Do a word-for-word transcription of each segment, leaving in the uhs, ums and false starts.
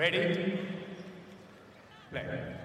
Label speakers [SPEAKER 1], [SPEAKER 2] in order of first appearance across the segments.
[SPEAKER 1] Ready? Play.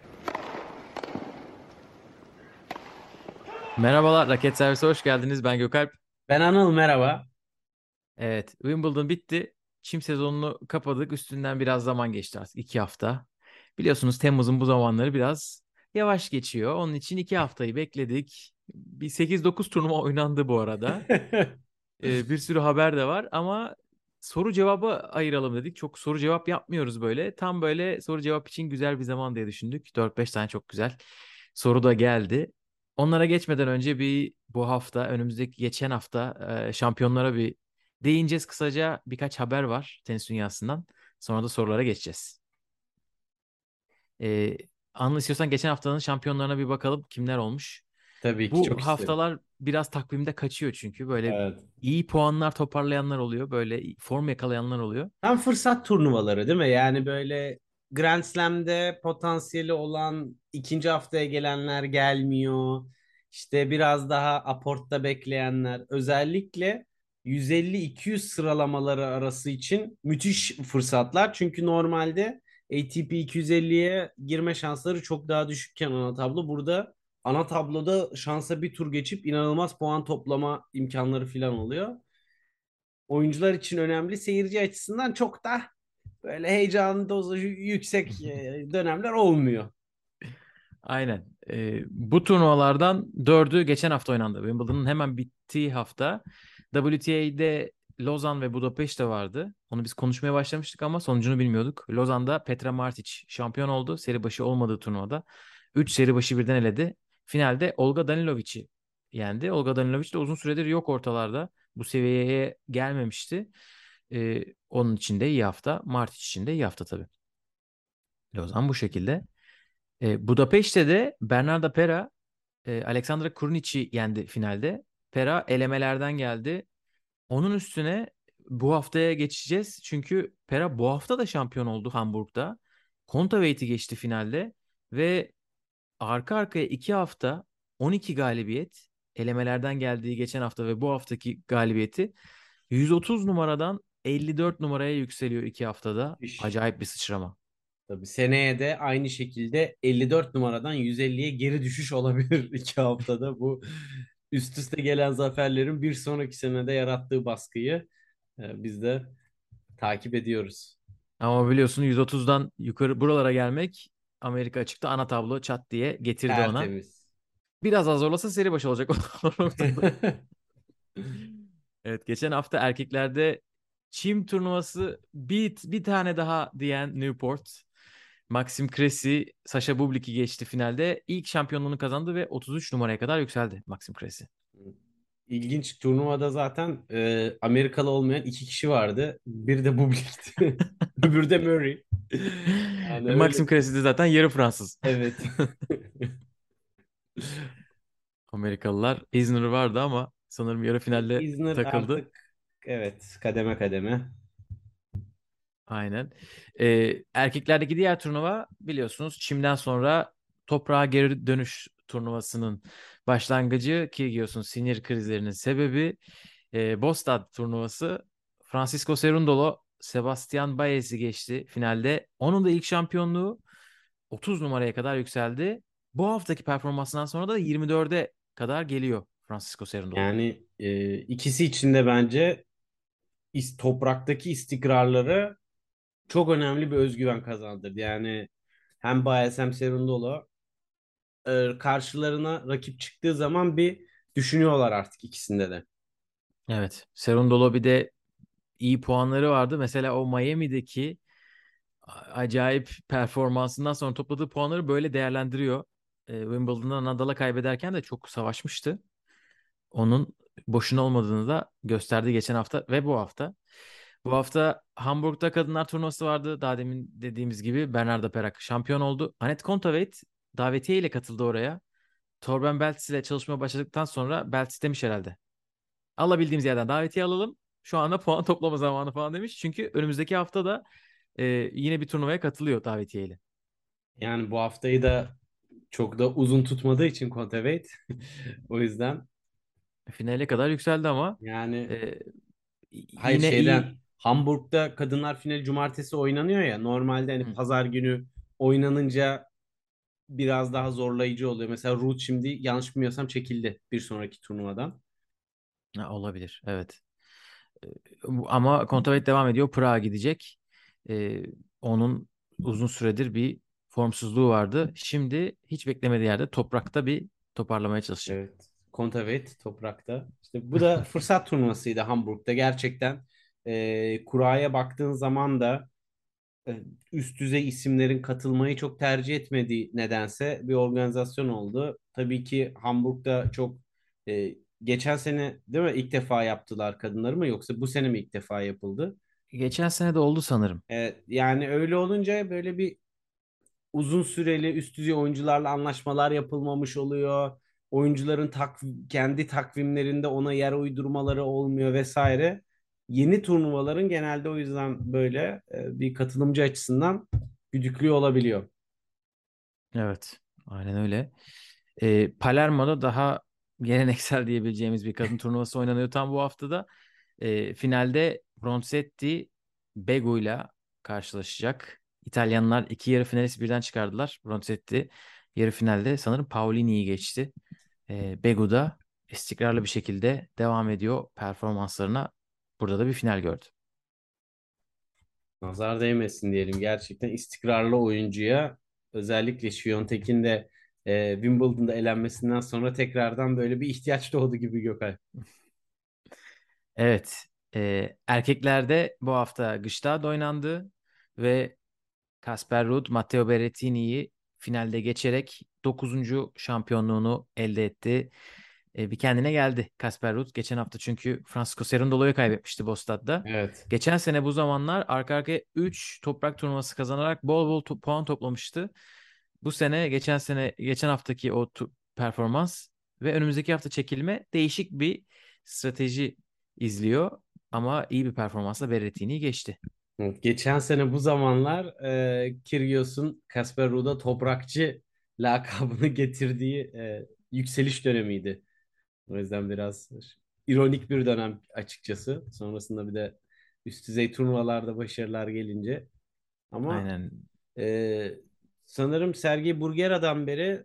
[SPEAKER 2] Merhabalar, Raket Servise hoş geldiniz. Ben Gökalp.
[SPEAKER 1] Ben Anıl, merhaba.
[SPEAKER 2] Evet, Wimbledon bitti. Çim sezonunu kapadık. Üstünden biraz zaman geçti artık. iki hafta. Biliyorsunuz Temmuz'un bu zamanları biraz yavaş geçiyor. Onun için iki haftayı bekledik. Bir sekiz dokuz turnuva oynandı bu arada. Ee, bir sürü haber de var ama soru cevabı ayıralım dedik. Çok soru cevap yapmıyoruz böyle. Tam böyle soru cevap için güzel bir zaman diye düşündük. Dört beş tane çok güzel soru da geldi. Onlara geçmeden önce bir bu hafta, önümüzdeki geçen hafta e, şampiyonlara bir değineceğiz. Kısaca birkaç haber var tenis dünyasından. Sonra da sorulara geçeceğiz. Ee, Anlı istiyorsan geçen haftanın şampiyonlarına bir bakalım kimler olmuş.
[SPEAKER 1] Tabii ki çok
[SPEAKER 2] Bu
[SPEAKER 1] isterim.
[SPEAKER 2] haftalar biraz takvimde kaçıyor çünkü böyle
[SPEAKER 1] Evet.
[SPEAKER 2] iyi puanlar toparlayanlar oluyor. Böyle form yakalayanlar oluyor.
[SPEAKER 1] Tam fırsat turnuvaları değil mi? Yani böyle Grand Slam'de potansiyeli olan ikinci haftaya gelenler gelmiyor. İşte biraz daha aportta bekleyenler. Özellikle yüz elli iki yüz sıralamaları arası için müthiş fırsatlar. Çünkü normalde A T P iki yüz elliye girme şansları çok daha düşükken ana tablo. Burada ana tabloda şansa bir tur geçip inanılmaz puan toplama imkanları falan oluyor. Oyuncular için önemli. Seyirci açısından çok da böyle heyecan dozu yüksek e, dönemler olmuyor.
[SPEAKER 2] Aynen. Ee, bu turnuvalardan dördü geçen hafta oynandı. Wimbledon'ın hemen bittiği hafta. W T A'de Lozan ve Budapeşte vardı. Onu biz konuşmaya başlamıştık ama sonucunu bilmiyorduk. Lozan'da Petra Martic şampiyon oldu. Seri başı olmadığı turnuvada. Üç seri başı birden eledi. Finalde Olga Danilovic'i yendi. Olga Danilovic de uzun süredir yok ortalarda. Bu seviyeye gelmemişti. Ee, onun için de iyi hafta. Martic için de iyi hafta tabii. Lozan bu şekilde. E, Budapeşte de Bernarda Pera e, Alexandra Kurnic'i yendi finalde. Pera elemelerden geldi. Onun üstüne bu haftaya geçeceğiz. Çünkü Pera bu hafta da şampiyon oldu Hamburg'da. Kontaveit'i geçti finalde ve arka arkaya iki hafta on iki galibiyet, elemelerden geldiği geçen hafta ve bu haftaki galibiyeti yüz otuz numaradan elli dört numaraya yükseliyor iki haftada.
[SPEAKER 1] İş.
[SPEAKER 2] Acayip bir sıçrama.
[SPEAKER 1] Tabii seneye de aynı şekilde elli dört numaradan yüz elliye geri düşüş olabilir iki haftada. Bu üst üste gelen zaferlerin bir sonraki senede yarattığı baskıyı e, biz de takip ediyoruz.
[SPEAKER 2] Ama biliyorsun yüz otuzdan yukarı buralara gelmek Amerika açıkta ana tablo çat diye getirdi ona.
[SPEAKER 1] Tertemiz.
[SPEAKER 2] Biraz az zorlasa seri başı olacak o noktada. Evet, geçen hafta erkeklerde çim turnuvası bir, bir tane daha diyen Newport. Maxim Cressy, Sasha Bublik'i geçti finalde. İlk şampiyonluğunu kazandı ve otuz üç numaraya kadar yükseldi Maxim Cressy.
[SPEAKER 1] İlginç, turnuvada zaten e, Amerikalı olmayan iki kişi vardı. Biri de Bublik'ti. Öbürü de Murray. Yani öyle
[SPEAKER 2] Maxim
[SPEAKER 1] bir...
[SPEAKER 2] Cressy de zaten yarı Fransız.
[SPEAKER 1] Evet.
[SPEAKER 2] Amerikalılar Isner vardı ama sanırım yarı finalde
[SPEAKER 1] Isner
[SPEAKER 2] takıldı.
[SPEAKER 1] artık, evet, kademe kademe.
[SPEAKER 2] Aynen. Ee, erkeklerdeki diğer turnuva biliyorsunuz çimden sonra toprağa geri dönüş turnuvasının başlangıcı ki biliyorsun sinir krizlerinin sebebi e, Bostad turnuvası. Francisco Cerundolo Sebastian Baez'i geçti finalde. Onun da ilk şampiyonluğu otuz numaraya kadar yükseldi. Bu haftaki performansından sonra da yirmi dörde kadar geliyor Francisco Cerundolo.
[SPEAKER 1] Yani e, ikisi için de bence is- topraktaki istikrarları çok önemli bir özgüven kazandırdı. Yani hem Baez hem Serundolo e, karşılarına rakip çıktığı zaman bir düşünüyorlar artık ikisinde de.
[SPEAKER 2] Evet. Cerundolo bir de iyi puanları vardı. Mesela o Miami'deki acayip performansından sonra topladığı puanları böyle değerlendiriyor. E, Wimbledon'da Nadal'a kaybederken de çok savaşmıştı. Onun boşuna olmadığını da gösterdi geçen hafta ve bu hafta. Bu hafta Hamburg'da kadınlar turnuvası vardı. Daha demin dediğimiz gibi Bernarda Perak şampiyon oldu. Anett Kontaveit davetiye ile katıldı oraya. Torben Beltz ile çalışmaya başladıktan sonra Beltz demiş herhalde. Alabildiğimiz yerden davetiye alalım. Şu anda puan toplama zamanı falan demiş. Çünkü önümüzdeki hafta da e, yine bir turnuvaya katılıyor davetiyeyle.
[SPEAKER 1] Yani bu haftayı da çok da uzun tutmadığı için Kontaveit o yüzden
[SPEAKER 2] Finale kadar yükseldi ama
[SPEAKER 1] yani
[SPEAKER 2] e,
[SPEAKER 1] hayır
[SPEAKER 2] yine
[SPEAKER 1] şeyden
[SPEAKER 2] iyi.
[SPEAKER 1] Hamburg'da kadınlar finali cumartesi oynanıyor ya. Normalde hani
[SPEAKER 2] Hı.
[SPEAKER 1] pazar günü oynanınca biraz daha zorlayıcı oluyor. Mesela Ruth şimdi yanlış bilmiyorsam çekildi bir sonraki turnuvadan.
[SPEAKER 2] Ha, olabilir. Evet. E, bu- Ama Kontaveit devam ediyor. Prag'a gidecek. E, onun uzun süredir bir formsuzluğu vardı. Şimdi hiç beklemediği yerde toprakta bir toparlamaya çalışacak.
[SPEAKER 1] Evet. Kontaveit toprakta. İşte bu da fırsat turnuvasıydı Hamburg'da. Gerçekten e, kuraya baktığın zaman da e, üst düzey isimlerin katılmayı çok tercih etmediği nedense bir organizasyon oldu. Tabii ki Hamburg'da çok e, geçen sene değil mi ilk defa yaptılar kadınları mı yoksa bu sene mi ilk defa yapıldı?
[SPEAKER 2] Geçen sene de oldu sanırım.
[SPEAKER 1] E, yani öyle olunca böyle bir uzun süreli üst düzey oyuncularla anlaşmalar yapılmamış oluyor. Oyuncuların tak, kendi takvimlerinde ona yer uydurmaları olmuyor vesaire. Yeni turnuvaların genelde o yüzden böyle e, bir katılımcı açısından güdüklüğü olabiliyor.
[SPEAKER 2] Evet. Aynen öyle. E, Palermo'da daha geleneksel diyebileceğimiz bir kadın turnuvası oynanıyor tam bu haftada. E, finalde Bronzetti Begu'yla karşılaşacak. İtalyanlar iki yarı finalist birden çıkardılar. Bronzetti yarı finalde sanırım Paolini'yi geçti. E, Begu da istikrarlı bir şekilde devam ediyor performanslarına. Burada da bir final gördü.
[SPEAKER 1] Nazar değmesin diyelim. Gerçekten istikrarlı oyuncuya özellikle Şiyontek'in de e, Wimbledon'da elenmesinden sonra tekrardan böyle bir ihtiyaç doğdu gibi Gökay.
[SPEAKER 2] Evet. E, erkeklerde bu hafta Gstaad oynandı ve Casper Ruud, Matteo Berrettini'yi finalde geçerek dokuzuncu şampiyonluğunu elde etti. E, bir kendine geldi Casper Ruud. Geçen hafta çünkü Francisco Cerundolo'yu kaybetmişti Bostad'da.
[SPEAKER 1] Evet.
[SPEAKER 2] Geçen sene bu zamanlar arka arkaya üç toprak turnuvası kazanarak bol bol to- puan toplamıştı. Bu sene, geçen sene, geçen haftaki o tu- performans ve önümüzdeki hafta çekilme değişik bir strateji izliyor. Ama iyi bir performansla Berrettini'yi geçti.
[SPEAKER 1] Evet, geçen sene bu zamanlar e, Kyrgios'un Kasper Ruud'a toprakçı lakabını getirdiği e, yükseliş dönemiydi. O yüzden biraz ironik bir dönem açıkçası. Sonrasında bir de üst düzey turnuvalarda başarılar gelince. Ama
[SPEAKER 2] Aynen.
[SPEAKER 1] e, sanırım Sergey Burgera'dan beri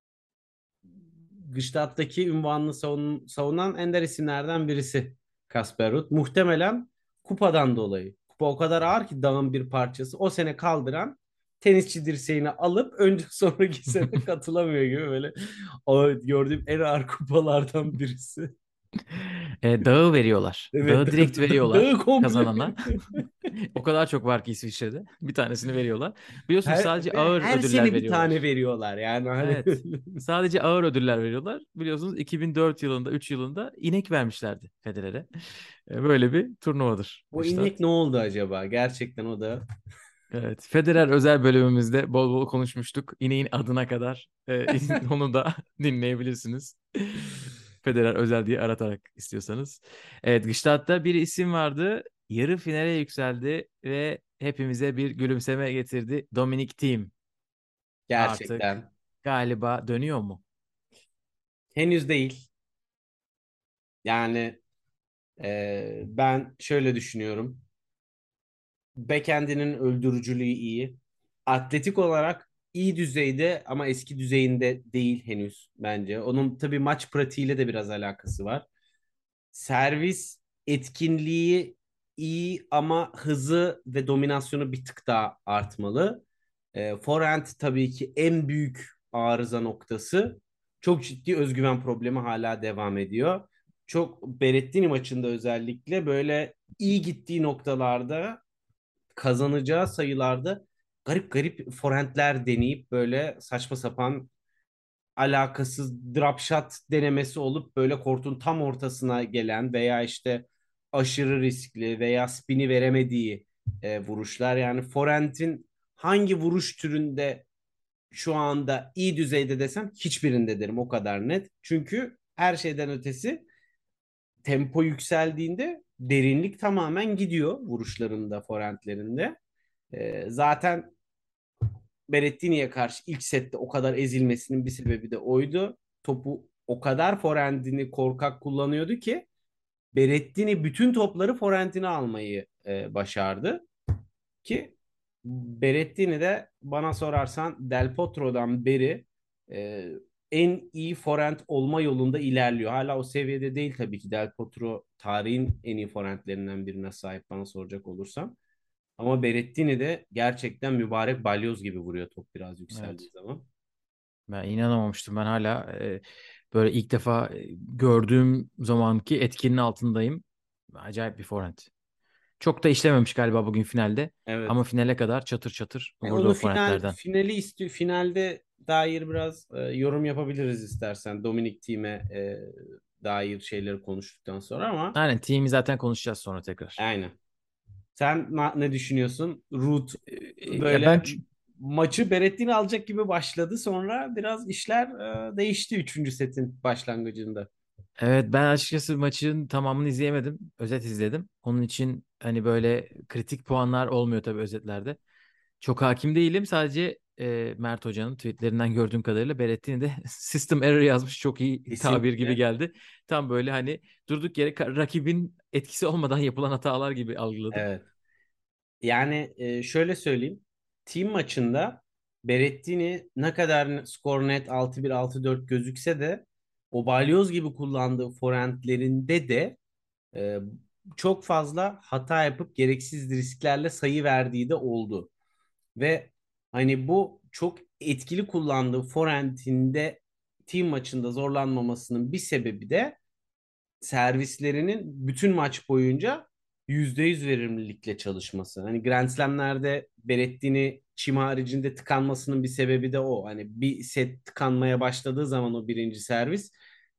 [SPEAKER 1] Gstaad'daki ünvanını savun, savunan ender isimlerden birisi Kasper Ruud. Muhtemelen kupadan dolayı. Kupa o kadar ağır ki dağın bir parçası. O sene kaldıran tenisçi dirseğini alıp önce sonraki sene katılamıyor gibi böyle o gördüğüm en ağır kupalardan birisi.
[SPEAKER 2] E, dağı veriyorlar.
[SPEAKER 1] Evet,
[SPEAKER 2] Dağı direkt
[SPEAKER 1] dağı
[SPEAKER 2] veriyorlar
[SPEAKER 1] komple.
[SPEAKER 2] kazanana. O kadar çok var ki İsviçre'de. Bir tanesini veriyorlar. Biliyorsunuz
[SPEAKER 1] Her,
[SPEAKER 2] sadece
[SPEAKER 1] ve
[SPEAKER 2] ağır
[SPEAKER 1] her
[SPEAKER 2] ödüller
[SPEAKER 1] sene bir tane
[SPEAKER 2] veriyorlar.
[SPEAKER 1] veriyorlar yani hani.
[SPEAKER 2] Evet. Sadece ağır ödüller veriyorlar. Biliyorsunuz iki bin dört yılında, üç yılında inek vermişlerdi Federer'e. E, Böyle bir turnuvadır
[SPEAKER 1] O
[SPEAKER 2] Gstaad.
[SPEAKER 1] inek ne oldu acaba? Gerçekten o da.
[SPEAKER 2] Evet. Federer özel bölümümüzde bol bol konuşmuştuk. İneğin adına kadar. E, onu da dinleyebilirsiniz. Federer özel diye aratarak istiyorsanız. Evet, Gstaad'da bir isim vardı. Yarı finale yükseldi ve hepimize bir gülümseme getirdi. Dominic Thiem artık
[SPEAKER 1] Gerçekten.
[SPEAKER 2] galiba dönüyor mu?
[SPEAKER 1] Henüz değil. Yani e, ben şöyle düşünüyorum. Backend'inin öldürücülüğü iyi. Atletik olarak iyi düzeyde ama eski düzeyinde değil henüz bence. Onun tabii maç pratiğiyle de biraz alakası var. Servis etkinliği iyi ama hızı ve dominasyonu bir tık daha artmalı. E, forehand tabii ki en büyük arıza noktası. Çok ciddi özgüven problemi hala devam ediyor. Çok Berrettini maçında özellikle böyle iyi gittiği noktalarda kazanacağı sayılarda garip garip forehandler deneyip böyle saçma sapan alakasız drop shot denemesi olup böyle kortun tam ortasına gelen veya işte aşırı riskli veya spini veremediği e, vuruşlar. Yani forehand'in hangi vuruş türünde şu anda iyi düzeyde desem hiçbirinde derim o kadar net. Çünkü her şeyden ötesi tempo yükseldiğinde derinlik tamamen gidiyor vuruşlarında, forehandlerinde. E, zaten Berrettini'ye karşı ilk sette o kadar ezilmesinin bir sebebi de oydu. Topu o kadar forehandini korkak kullanıyordu ki Berrettini bütün topları forehandine almayı e, başardı ki Berrettini de bana sorarsan Del Potro'dan beri e, en iyi forend olma yolunda ilerliyor. Hala o seviyede değil tabii ki. Del Potro tarihin en iyi forendlerinden birine sahip bana soracak olursam. Ama Berrettini de gerçekten mübarek balyoz gibi vuruyor top biraz yükseldiği
[SPEAKER 2] Evet.
[SPEAKER 1] zaman.
[SPEAKER 2] Ben inanamamıştım. Ben hala e, böyle ilk defa e, gördüğüm zamanki etkinin altındayım. Acayip bir forehand. Çok da işlememiş galiba bugün finalde. Ama
[SPEAKER 1] Evet.
[SPEAKER 2] finale kadar çatır çatır
[SPEAKER 1] E,
[SPEAKER 2] vurdu
[SPEAKER 1] onu
[SPEAKER 2] o
[SPEAKER 1] final
[SPEAKER 2] forehandlerden.
[SPEAKER 1] finali istiyor. Finalde dair biraz e, yorum yapabiliriz istersen. Dominic Thiem'e e, dair şeyleri konuştuktan sonra ama
[SPEAKER 2] Aynen, team'i zaten konuşacağız sonra tekrar.
[SPEAKER 1] aynen. Sen na- ne düşünüyorsun? Root
[SPEAKER 2] E, Ya ben
[SPEAKER 1] böyle maçı Berrettini alacak gibi başladı. Sonra biraz işler e, değişti üçüncü setin başlangıcında.
[SPEAKER 2] Evet, ben açıkçası maçın tamamını izleyemedim. Özet izledim. Onun için hani böyle kritik puanlar olmuyor tabii özetlerde. Çok hakim değilim. Sadece e, Mert Hoca'nın tweetlerinden gördüğüm kadarıyla Berrettini de system error yazmış. Çok iyi tabir gibi
[SPEAKER 1] Kesinlikle.
[SPEAKER 2] geldi. Tam böyle hani durduk yere ka- rakibin etkisi olmadan yapılan hatalar gibi algıladım.
[SPEAKER 1] Evet. Yani e, şöyle söyleyeyim. Team maçında Berrettini ne kadar skor net altı bir altı dört gözükse de o balyoz gibi kullandığı forehandlerinde de e, çok fazla hata yapıp gereksiz risklerle sayı verdiği de oldu. Ve hani bu çok etkili kullandığı forehand'inde team maçında zorlanmamasının bir sebebi de servislerinin bütün maç boyunca yüzde yüz verimlilikle çalışması. Hani Grand Slam'lerde Berrettini çim haricinde tıkanmasının bir sebebi de o. Hani bir set tıkanmaya başladığı zaman o birinci servis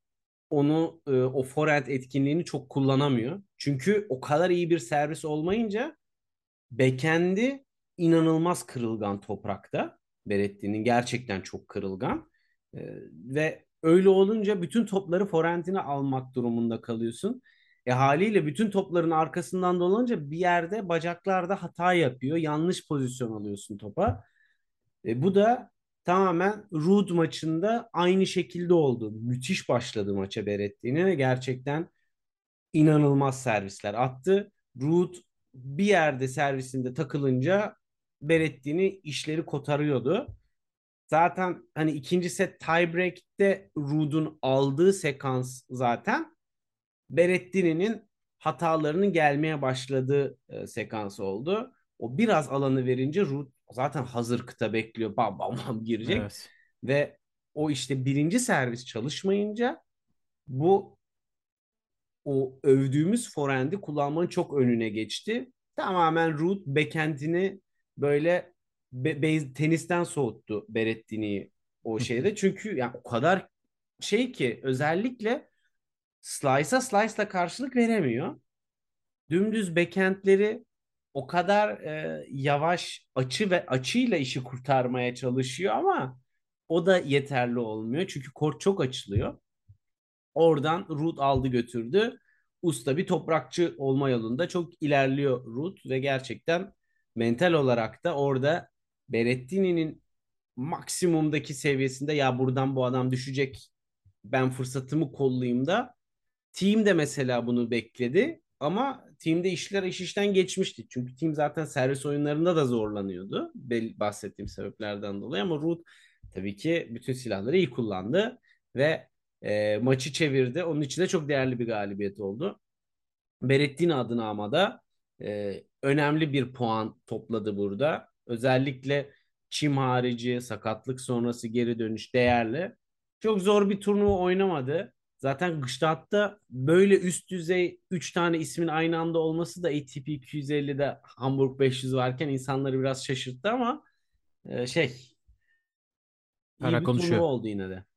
[SPEAKER 1] onu e, o forehand etkinliğini çok kullanamıyor. Çünkü o kadar iyi bir servis olmayınca backend'i inanılmaz kırılgan toprakta. Berretti'nin gerçekten çok kırılgan. Ee, ve öyle olunca bütün topları forehand'ine almak durumunda kalıyorsun. E haliyle bütün topların arkasından dolanınca bir yerde bacaklarda hata yapıyor. Yanlış pozisyon alıyorsun topa. E, bu da tamamen Ruud maçında aynı şekilde oldu. Müthiş başladı maça Berretti'nin ve gerçekten inanılmaz servisler attı. Ruud bir yerde servisinde takılınca Berrettini işleri kotarıyordu. Zaten hani ikinci set tiebreak'te Ruud'un aldığı sekans zaten Berrettini'nin hatalarının gelmeye başladığı e, sekans oldu. O biraz alanı verince Ruud zaten hazır kıta bekliyor. Bam bam bam girecek.
[SPEAKER 2] Evet.
[SPEAKER 1] Ve o işte birinci servis çalışmayınca bu o övdüğümüz forehand'i kullanmanın çok önüne geçti. Tamamen Ruud backhand'ini böyle be- base, tenisten soğuttu Berrettini'yi o şeyde. Çünkü yani o kadar şey ki özellikle slice'a slice'la karşılık veremiyor. Dümdüz backhand'leri o kadar e, yavaş açı ve açıyla işi kurtarmaya çalışıyor ama o da yeterli olmuyor. Çünkü kort çok açılıyor. Oradan Ruud aldı götürdü. Usta bir toprakçı olma yolunda çok ilerliyor Ruud ve gerçekten mental olarak da orada Berrettini'nin maksimumdaki seviyesinde ya buradan bu adam düşecek ben fırsatımı kollayayım da team de mesela bunu bekledi ama teamde işler iş işten geçmişti. Çünkü team zaten servis oyunlarında da zorlanıyordu. Bahsettiğim sebeplerden dolayı ama Ruud tabii ki bütün silahları iyi kullandı ve e, maçı çevirdi. Onun için de çok değerli bir galibiyet oldu. Berrettini adına ama da e, önemli bir puan topladı burada. Özellikle çim harici, sakatlık sonrası geri dönüş değerli. Çok zor bir turnuva oynamadı. Zaten Gstaad'da böyle üst düzey üç tane ismin aynı anda olması da A T P iki yüz ellide Hamburg beş yüz varken insanları biraz şaşırttı ama e, şey iyi
[SPEAKER 2] Para
[SPEAKER 1] bir turnuva
[SPEAKER 2] konuşuyor.
[SPEAKER 1] oldu yine de.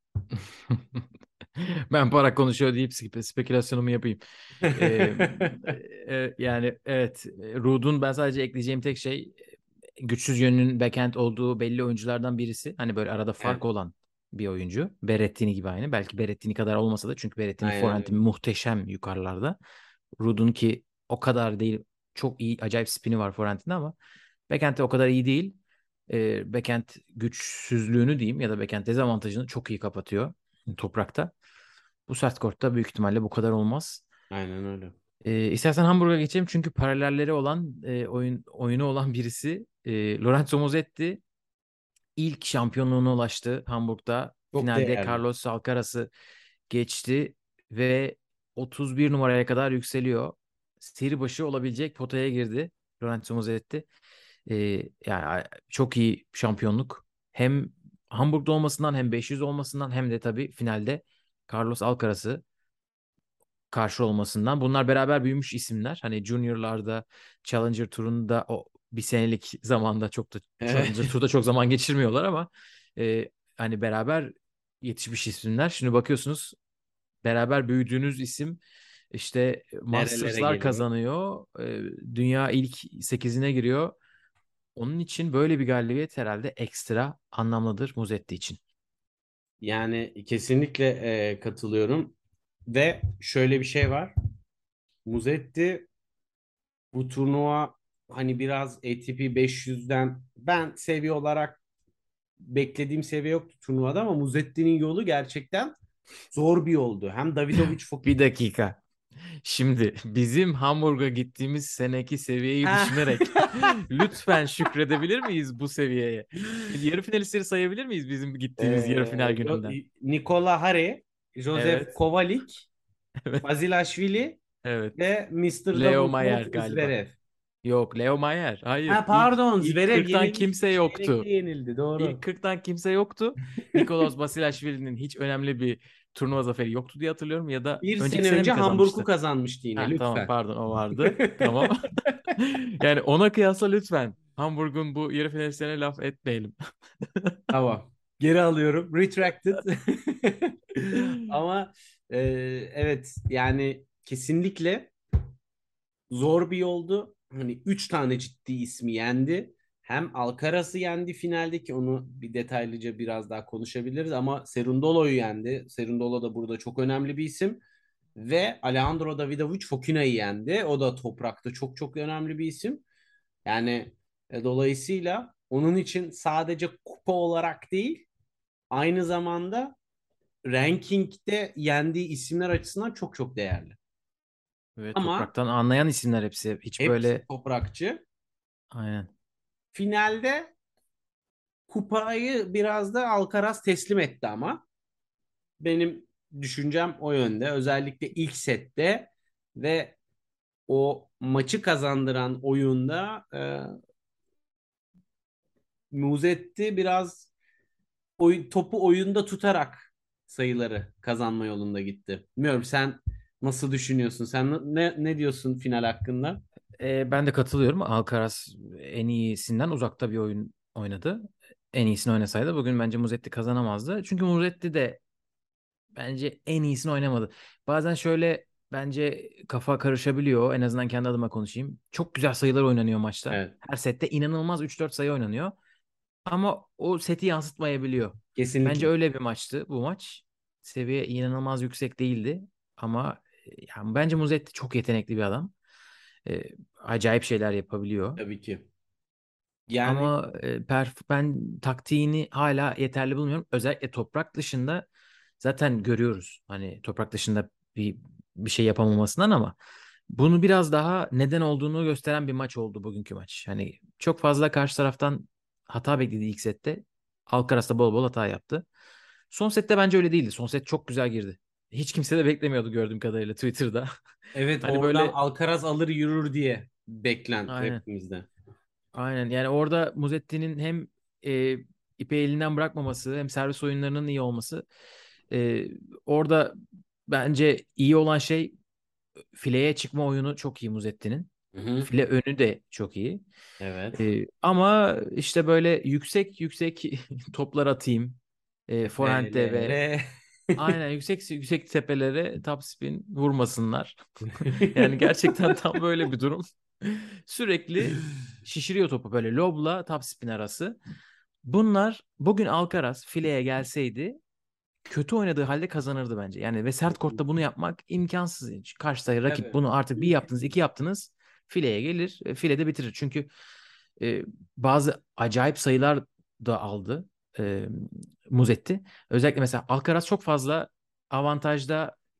[SPEAKER 2] Ben para konuşuyor deyip spe- spekülasyonumu yapayım. Ee, e, Yani evet, e, Ruud'un ben sadece ekleyeceğim tek şey e, güçsüz yönünün backhand olduğu belli oyunculardan birisi. Hani böyle arada fark
[SPEAKER 1] Evet,
[SPEAKER 2] olan bir oyuncu. Berrettini gibi aynı. Belki Berrettini kadar olmasa da, çünkü Berrettini
[SPEAKER 1] aynen
[SPEAKER 2] forehand'i
[SPEAKER 1] öyle.
[SPEAKER 2] muhteşem yukarılarda. Ruud'un ki o kadar değil, çok iyi acayip spini var forehand'inde ama backhand'de o kadar iyi değil. E, backhand güçsüzlüğünü diyeyim ya da backhand dezavantajını çok iyi kapatıyor toprakta. Bu sert kortta büyük ihtimalle bu kadar olmaz.
[SPEAKER 1] Aynen öyle.
[SPEAKER 2] E, istersen Hamburg'a geçelim çünkü paralelleri olan e, oyun oyunu olan birisi e, Lorenzo Musetti ilk şampiyonluğuna ulaştı Hamburg'da.
[SPEAKER 1] Çok
[SPEAKER 2] Finalde
[SPEAKER 1] değerli.
[SPEAKER 2] Carlos Alcaraz'ı geçti ve otuz bir numaraya kadar yükseliyor. Seri başı olabilecek potaya girdi Lorenzo Musetti. Ee, yani çok iyi şampiyonluk. Hem Hamburg'da olmasından hem beş yüz olmasından hem de tabii finalde Carlos Alcaraz'ı karşı olmasından. Bunlar beraber büyümüş isimler. Hani Junior'larda Challenger turunda o bir senelik zamanda çok da
[SPEAKER 1] Evet.
[SPEAKER 2] Challenger turda çok zaman geçirmiyorlar ama e, hani beraber yetişmiş isimler. Şimdi bakıyorsunuz beraber büyüdüğünüz isim işte
[SPEAKER 1] Nerelere
[SPEAKER 2] Masters'lar
[SPEAKER 1] geliyor?
[SPEAKER 2] kazanıyor. E, dünya ilk sekizine giriyor. Onun için böyle bir galibiyet herhalde ekstra anlamlıdır Muzetti için.
[SPEAKER 1] Yani kesinlikle e, katılıyorum. Ve şöyle bir şey var. Muzetti bu turnuva hani biraz A T P beş yüzden ben seviye olarak beklediğim seviye yoktu turnuvada ama Muzetti'nin yolu gerçekten zor bir yoldu. Hem Davidovic
[SPEAKER 2] Bir
[SPEAKER 1] Fokina.
[SPEAKER 2] dakika. Şimdi bizim Hamburg'a gittiğimiz seneki seviyeyi
[SPEAKER 1] Ha.
[SPEAKER 2] düşünerek lütfen şükredebilir miyiz bu seviyeye? Yarı finalistleri sayabilir miyiz bizim gittiğimiz yarı final
[SPEAKER 1] Ee, Jo-
[SPEAKER 2] gününden?
[SPEAKER 1] Nikola Hare, Josef
[SPEAKER 2] Evet.
[SPEAKER 1] Kovalik,
[SPEAKER 2] Evet.
[SPEAKER 1] Bazilashvili
[SPEAKER 2] Evet.
[SPEAKER 1] ve mister
[SPEAKER 2] Leo
[SPEAKER 1] Double
[SPEAKER 2] Mayer
[SPEAKER 1] Fault
[SPEAKER 2] galiba.
[SPEAKER 1] Zverev.
[SPEAKER 2] Yok, Leo Mayer.
[SPEAKER 1] Ha
[SPEAKER 2] Hayır. İlk
[SPEAKER 1] pardon,
[SPEAKER 2] ilk
[SPEAKER 1] Zverev
[SPEAKER 2] kırktan
[SPEAKER 1] yenilmişti.
[SPEAKER 2] kimse
[SPEAKER 1] Çeyrekte
[SPEAKER 2] yoktu.
[SPEAKER 1] yenildi
[SPEAKER 2] İlk
[SPEAKER 1] doğru.
[SPEAKER 2] kırktan kimse yoktu. Nikolaos Basilashvili'nin hiç önemli bir turnuva zaferi yoktu diye hatırlıyorum ya da
[SPEAKER 1] Bir
[SPEAKER 2] önceki
[SPEAKER 1] sene
[SPEAKER 2] sene
[SPEAKER 1] önce
[SPEAKER 2] mi
[SPEAKER 1] Hamburg'u
[SPEAKER 2] kazanmıştı?
[SPEAKER 1] kazanmıştı yine
[SPEAKER 2] Ha tamam
[SPEAKER 1] lütfen.
[SPEAKER 2] pardon o vardı. Tamam. Yani ona kıyasla lütfen Hamburg'un bu yarı finalistlerine laf etmeyelim.
[SPEAKER 1] Tamam. Geri alıyorum. Retracted. Ama e, evet yani kesinlikle zor bir yoldu. Hani üç tane ciddi ismi yendi. Hem Alcaraz'ı yendi finalde ki onu bir detaylıca biraz daha konuşabiliriz ama Serundolo'yu yendi. Serundolo da burada çok önemli bir isim. Ve Alejandro Davidovic Fokina'yı yendi. O da toprakta çok çok önemli bir isim. Yani e, dolayısıyla onun için sadece kupa olarak değil, aynı zamanda rankingde yendiği isimler açısından çok çok değerli.
[SPEAKER 2] Ve
[SPEAKER 1] Ama
[SPEAKER 2] topraktan anlayan isimler hepsi. Hiç
[SPEAKER 1] hepsi
[SPEAKER 2] böyle
[SPEAKER 1] toprakçı.
[SPEAKER 2] aynen.
[SPEAKER 1] Finalde kupayı biraz da Alcaraz teslim etti ama benim düşüncem o yönde. Özellikle ilk sette ve o maçı kazandıran oyunda e, Muzetti biraz oy- topu oyunda tutarak sayıları kazanma yolunda gitti. Bilmiyorum sen nasıl düşünüyorsun? Sen ne, ne diyorsun final hakkında?
[SPEAKER 2] Ee, ben de katılıyorum. Alcaraz en iyisinden uzakta bir oyun oynadı. En iyisini oynasaydı bugün bence Muzetti kazanamazdı. Çünkü Muzetti de bence en iyisini oynamadı. Bazen şöyle bence kafa karışabiliyor. En azından kendi adıma konuşayım. Çok güzel sayılar oynanıyor maçta.
[SPEAKER 1] Evet,
[SPEAKER 2] Her sette inanılmaz üç dört sayı oynanıyor. Ama o seti yansıtmayabiliyor. Bence
[SPEAKER 1] kesinlikle.
[SPEAKER 2] öyle bir maçtı bu maç. Seviye inanılmaz yüksek değildi. Ama e, yani bence Muzetti çok yetenekli bir adam. E, acayip şeyler yapabiliyor.
[SPEAKER 1] Tabii ki. Yani
[SPEAKER 2] Ama e, perf- ben taktiğini hala yeterli bulmuyorum. Özellikle toprak dışında zaten görüyoruz. Hani toprak dışında bir bir şey yapamamasından ama bunu biraz daha neden olduğunu gösteren bir maç oldu bugünkü maç. Hani çok fazla karşı taraftan hata bekledi ilk sette. Alcaraz da bol bol hata yaptı. Son sette bence öyle değildi. Son set çok güzel girdi. Hiç kimse de beklemiyordu gördüğüm kadarıyla Twitter'da.
[SPEAKER 1] evet
[SPEAKER 2] Hani
[SPEAKER 1] oradan
[SPEAKER 2] böyle
[SPEAKER 1] Alcaraz alır yürür diye beklenti
[SPEAKER 2] aynen.
[SPEAKER 1] hepimizde.
[SPEAKER 2] Aynen yani orada Muzetti'nin hem e, ipi elinden bırakmaması hem servis oyunlarının iyi olması e, orada bence iyi olan şey fileye çıkma oyunu çok iyi Muzetti'nin.
[SPEAKER 1] Hı hı.
[SPEAKER 2] File önü de çok iyi.
[SPEAKER 1] Evet.
[SPEAKER 2] E, ama işte böyle yüksek yüksek toplar atayım. E, forehand'de ve
[SPEAKER 1] Tepelere.
[SPEAKER 2] aynen yüksek yüksek tepelere top spin vurmasınlar. Yani gerçekten tam böyle bir durum. Sürekli şişiriyor topu böyle lobla top spin arası. Bunlar bugün Alcaraz fileye gelseydi kötü oynadığı halde kazanırdı bence. Yani ve sert kortta bunu yapmak imkansız. Karşı sayı rakip
[SPEAKER 1] Tabii.
[SPEAKER 2] bunu artık bir
[SPEAKER 1] Mümkün
[SPEAKER 2] yaptınız, iki
[SPEAKER 1] değil.
[SPEAKER 2] yaptınız. Fileye gelir, e, filede bitirir. Çünkü e, bazı acayip sayılar da aldı e, Muzetti. Özellikle mesela Alcaraz çok fazla avantajda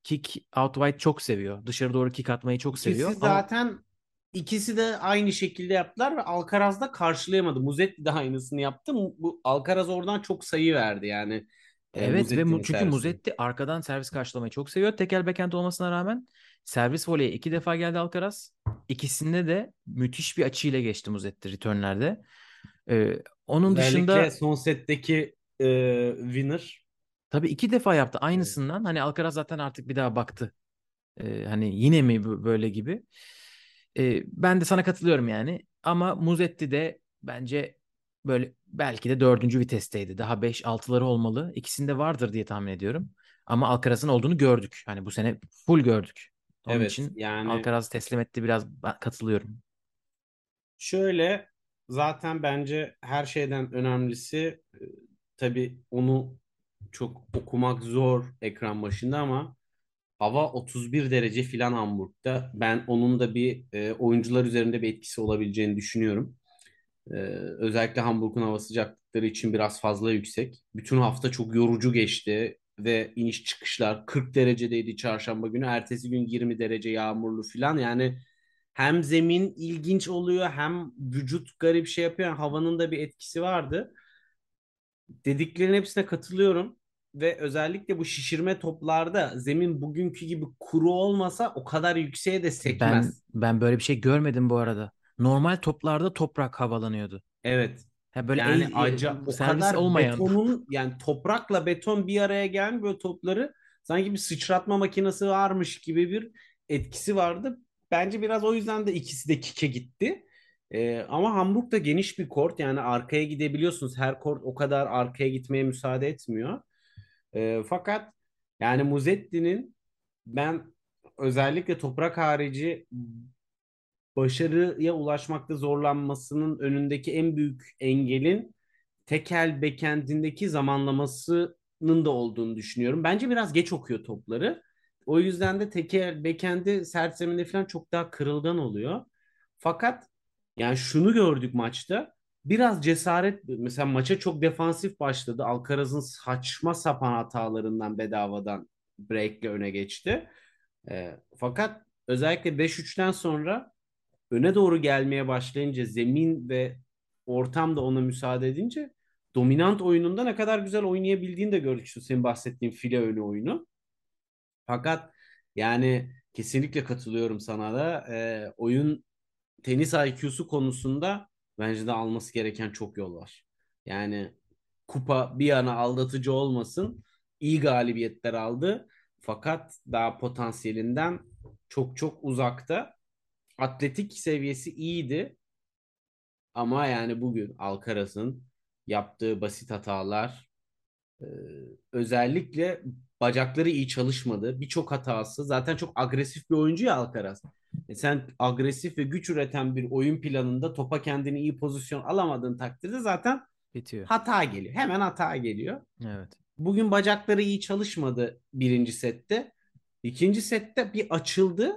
[SPEAKER 2] kick out wide çok seviyor. Dışarı doğru kick atmayı çok
[SPEAKER 1] İkisi
[SPEAKER 2] seviyor. Ama
[SPEAKER 1] zaten ikisi de aynı şekilde yaptılar ve Alcaraz da karşılayamadı. Muzetti de aynısını yaptı. Bu Alcaraz oradan çok sayı verdi yani e,
[SPEAKER 2] evet ve mu-
[SPEAKER 1] Muzetti'nin
[SPEAKER 2] çünkü
[SPEAKER 1] servisine.
[SPEAKER 2] Muzetti arkadan servis karşılamayı çok seviyor. Tekel backhand olmasına rağmen servis voleye iki defa geldi Alcaraz. İkisinde de müthiş bir açıyla geçti Muzetti returnlerde. Ee, onun
[SPEAKER 1] Özellikle
[SPEAKER 2] dışında
[SPEAKER 1] son setteki e, winner.
[SPEAKER 2] tabii iki defa yaptı
[SPEAKER 1] Evet.
[SPEAKER 2] aynısından. Hani Alcaraz zaten artık bir daha baktı. Ee, hani yine mi bu- böyle gibi. Ee, ben de sana katılıyorum yani. Ama Muzetti de bence böyle belki de dördüncü vitesteydi. Daha beş altıları olmalı. İkisinde vardır diye tahmin ediyorum. Ama Alcaraz'ın olduğunu gördük. Hani bu sene full gördük. Onun
[SPEAKER 1] Evet
[SPEAKER 2] için
[SPEAKER 1] yani
[SPEAKER 2] Alcaraz teslim etti, biraz ben katılıyorum.
[SPEAKER 1] şöyle, zaten bence her şeyden önemlisi e, tabii onu çok okumak zor ekran başında ama hava otuz bir derece filan Hamburg'da. Ben onun da bir e, oyuncular üzerinde bir etkisi olabileceğini düşünüyorum. E, Özellikle Hamburg'un hava sıcaklıkları için biraz fazla yüksek. Bütün hafta çok yorucu geçti ve iniş çıkışlar kırk derecedeydi çarşamba günü. Ertesi gün yirmi derece yağmurlu filan. Yani hem zemin ilginç oluyor hem vücut garip şey yapıyor. Yani havanın da bir etkisi vardı. Dediklerin hepsine katılıyorum. Ve özellikle bu şişirme toplarda zemin bugünkü gibi kuru olmasa o kadar yükseğe de
[SPEAKER 2] Ben
[SPEAKER 1] sekmez.
[SPEAKER 2] ben böyle bir şey görmedim bu arada. Normal toplarda toprak havalanıyordu.
[SPEAKER 1] Evet.
[SPEAKER 2] Ha böyle
[SPEAKER 1] Yani
[SPEAKER 2] el,
[SPEAKER 1] aca
[SPEAKER 2] e,
[SPEAKER 1] o
[SPEAKER 2] servis
[SPEAKER 1] kadar
[SPEAKER 2] olmayan.
[SPEAKER 1] betonun, yani toprakla beton bir araya gelmiş, böyle topları sanki bir sıçratma makinesi varmış gibi bir etkisi vardı. Bence biraz o yüzden de ikisi de kike gitti. Ee, ama Hamburg da geniş bir kort, yani arkaya gidebiliyorsunuz. Her kort o kadar arkaya gitmeye müsaade etmiyor. Ee, fakat yani Muzetti'nin, ben özellikle toprak harici başarıya ulaşmakta zorlanmasının önündeki en büyük engelin tekel backend'indeki zamanlamasının da olduğunu düşünüyorum. Bence biraz geç okuyor topları. O yüzden de tekel backend'i sert zeminde falan çok daha kırılgan oluyor. Fakat yani şunu gördük maçta. Biraz cesaret, mesela maça çok defansif başladı. Alcaraz'ın saçma sapan hatalarından bedavadan break'le öne geçti. E, fakat özellikle beş üçten sonra öne doğru gelmeye başlayınca, zemin ve ortam da ona müsaade edince, dominant oyununda ne kadar güzel oynayabildiğini de gördük, şu senin bahsettiğin file önü oyunu. Fakat yani kesinlikle katılıyorum sana da. Ee, oyun tenis I Q'su konusunda bence de alması gereken çok yol var. Yani kupa bir yana aldatıcı olmasın, iyi galibiyetler aldı. Fakat daha potansiyelinden çok çok uzakta. Atletik seviyesi iyiydi. Ama yani bugün Alcaraz'ın yaptığı basit hatalar, e, özellikle bacakları iyi çalışmadı. Birçok hatası. Zaten çok agresif bir oyuncu ya Alcaraz. E sen agresif ve güç üreten bir oyun planında topa kendini iyi pozisyon alamadığın takdirde zaten
[SPEAKER 2] Bitiyor.
[SPEAKER 1] hata geliyor. Hemen hata geliyor.
[SPEAKER 2] Evet.
[SPEAKER 1] Bugün bacakları iyi çalışmadı birinci sette. İkinci sette bir açıldı.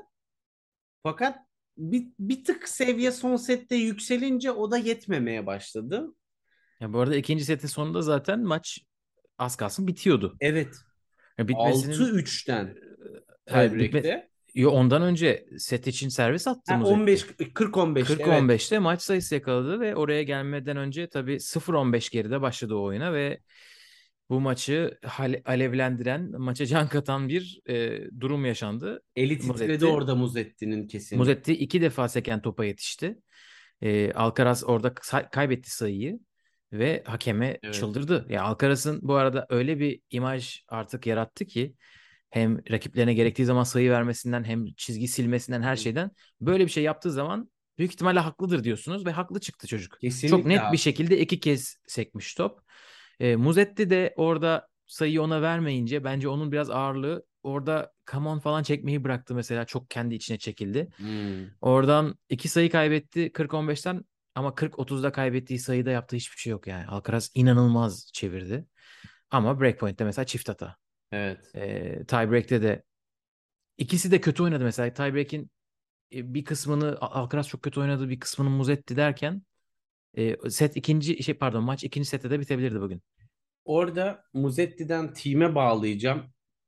[SPEAKER 1] Fakat bir, bir tık seviye son sette yükselince o da yetmemeye başladı.
[SPEAKER 2] Ya bu arada ikinci setin sonunda zaten maç az kalsın bitiyordu.
[SPEAKER 1] Evet.
[SPEAKER 2] Ya bitmesinin
[SPEAKER 1] altı üçten
[SPEAKER 2] evet bitme
[SPEAKER 1] tiebreak'te.
[SPEAKER 2] Yo, ondan önce set için servis attı
[SPEAKER 1] Ha,
[SPEAKER 2] Muzetti.
[SPEAKER 1] on beş kırk on beşte evet.
[SPEAKER 2] kırk on beşte maç sayısı yakaladı ve oraya gelmeden önce tabii sıfır on beş geride başladı o oyuna ve bu maçı hale- alevlendiren, maça can katan bir e, durum yaşandı.
[SPEAKER 1] Eli titredi
[SPEAKER 2] Muzetti
[SPEAKER 1] orada Muzetti'nin kesin.
[SPEAKER 2] Muzetti iki defa seken topa yetişti. E, Alcaraz orada say- kaybetti sayıyı ve hakeme
[SPEAKER 1] Evet.
[SPEAKER 2] çıldırdı. Ya Alcaraz'ın bu arada öyle bir imaj artık yarattı ki hem rakiplerine gerektiği zaman sayı vermesinden hem çizgi silmesinden her şeyden böyle bir şey yaptığı zaman büyük ihtimalle haklıdır diyorsunuz ve haklı çıktı çocuk. Çok
[SPEAKER 1] Kesinlikle
[SPEAKER 2] net bir
[SPEAKER 1] haklı.
[SPEAKER 2] şekilde iki kez sekmiş top. E, Muzetti de orada sayıyı ona vermeyince bence onun biraz ağırlığı orada come on falan çekmeyi bıraktı mesela. Çok kendi içine çekildi.
[SPEAKER 1] Hmm.
[SPEAKER 2] Oradan iki sayı kaybetti kırk on beşten ama kırk otuzda kaybettiği sayıda yaptığı hiçbir şey yok yani. Alcaraz inanılmaz çevirdi. Ama breakpoint'te mesela çift hata.
[SPEAKER 1] Evet.
[SPEAKER 2] E, tiebreak'te de ikisi de kötü oynadı mesela. Tiebreak'in e, bir kısmını Al- Alcaraz çok kötü oynadı, bir kısmını Muzetti derken e, set ikinci şey pardon maç ikinci sette de bitebilirdi bugün.
[SPEAKER 1] Orada Muzetti'den team'e bağlayacağım.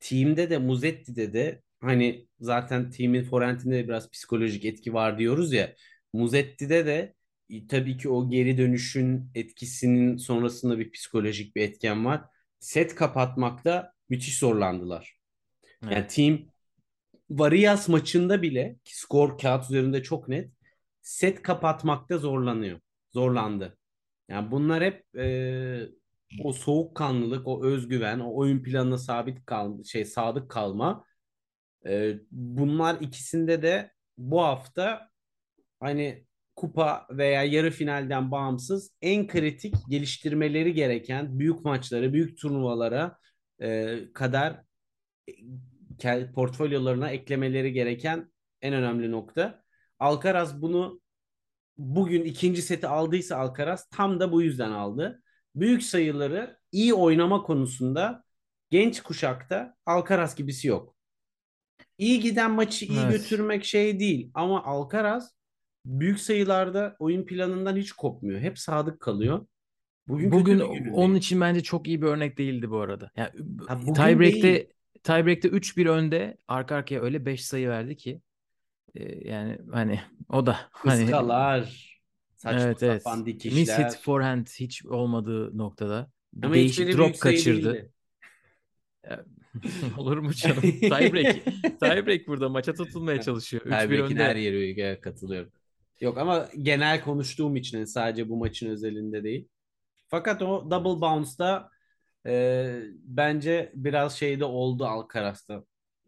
[SPEAKER 1] Team'de de Muzetti'de de hani zaten team'in forentinde de biraz psikolojik etki var diyoruz ya. Muzetti'de de e, tabii ki o geri dönüşün etkisinin sonrasında bir psikolojik bir etken var. Set kapatmakta müthiş zorlandılar. Yani
[SPEAKER 2] Evet.
[SPEAKER 1] team Variyas maçında bile ki skor kağıt üzerinde çok net set kapatmakta zorlanıyor. Zorlandı. Yani bunlar hep e, o soğukkanlılık, o özgüven, o oyun planına sabit kal şey sadık kalma. E, bunlar ikisinde de bu hafta hani kupa veya yarı finalden bağımsız en kritik geliştirmeleri gereken büyük maçlara, büyük turnuvalara e, kadar portfolyolarına eklemeleri gereken en önemli nokta. Alcaraz bunu bugün ikinci seti aldıysa Alcaraz tam da bu yüzden aldı. Büyük sayıları iyi oynama konusunda genç kuşakta Alcaraz gibisi yok. İyi giden maçı iyi
[SPEAKER 2] Evet.
[SPEAKER 1] götürmek şey değil ama Alcaraz büyük sayılarda oyun planından hiç kopmuyor. Hep sadık kalıyor. Bugün kötü
[SPEAKER 2] Bugün
[SPEAKER 1] bir
[SPEAKER 2] onun
[SPEAKER 1] günündeydi.
[SPEAKER 2] için bence çok iyi bir örnek değildi bu arada. Yani
[SPEAKER 1] Ha bugün değil.
[SPEAKER 2] tiebreak'te tiebreak'te üç bir önde arka arkaya öyle beş sayı verdi ki e, yani hani o da hani
[SPEAKER 1] Iskalar, saçma
[SPEAKER 2] evet evet.
[SPEAKER 1] sapan
[SPEAKER 2] Miss hit
[SPEAKER 1] dikişler.
[SPEAKER 2] forehand hiç olmadığı noktada bir
[SPEAKER 1] Ama
[SPEAKER 2] değişik
[SPEAKER 1] hiçbiri büyük
[SPEAKER 2] drop
[SPEAKER 1] sayı
[SPEAKER 2] kaçırdı.
[SPEAKER 1] değildi.
[SPEAKER 2] Ya, olur mu canım? Tiebreak. Tiebreak burada maça tutulmaya çalışıyor. üç bir
[SPEAKER 1] Tiebreak'in her
[SPEAKER 2] önde.
[SPEAKER 1] yeri katılıyorum. Yok ama genel konuştuğum için yani sadece bu maçın özelinde değil. Fakat o double bounce'da e, bence biraz şeyde oldu Alcaraz'da.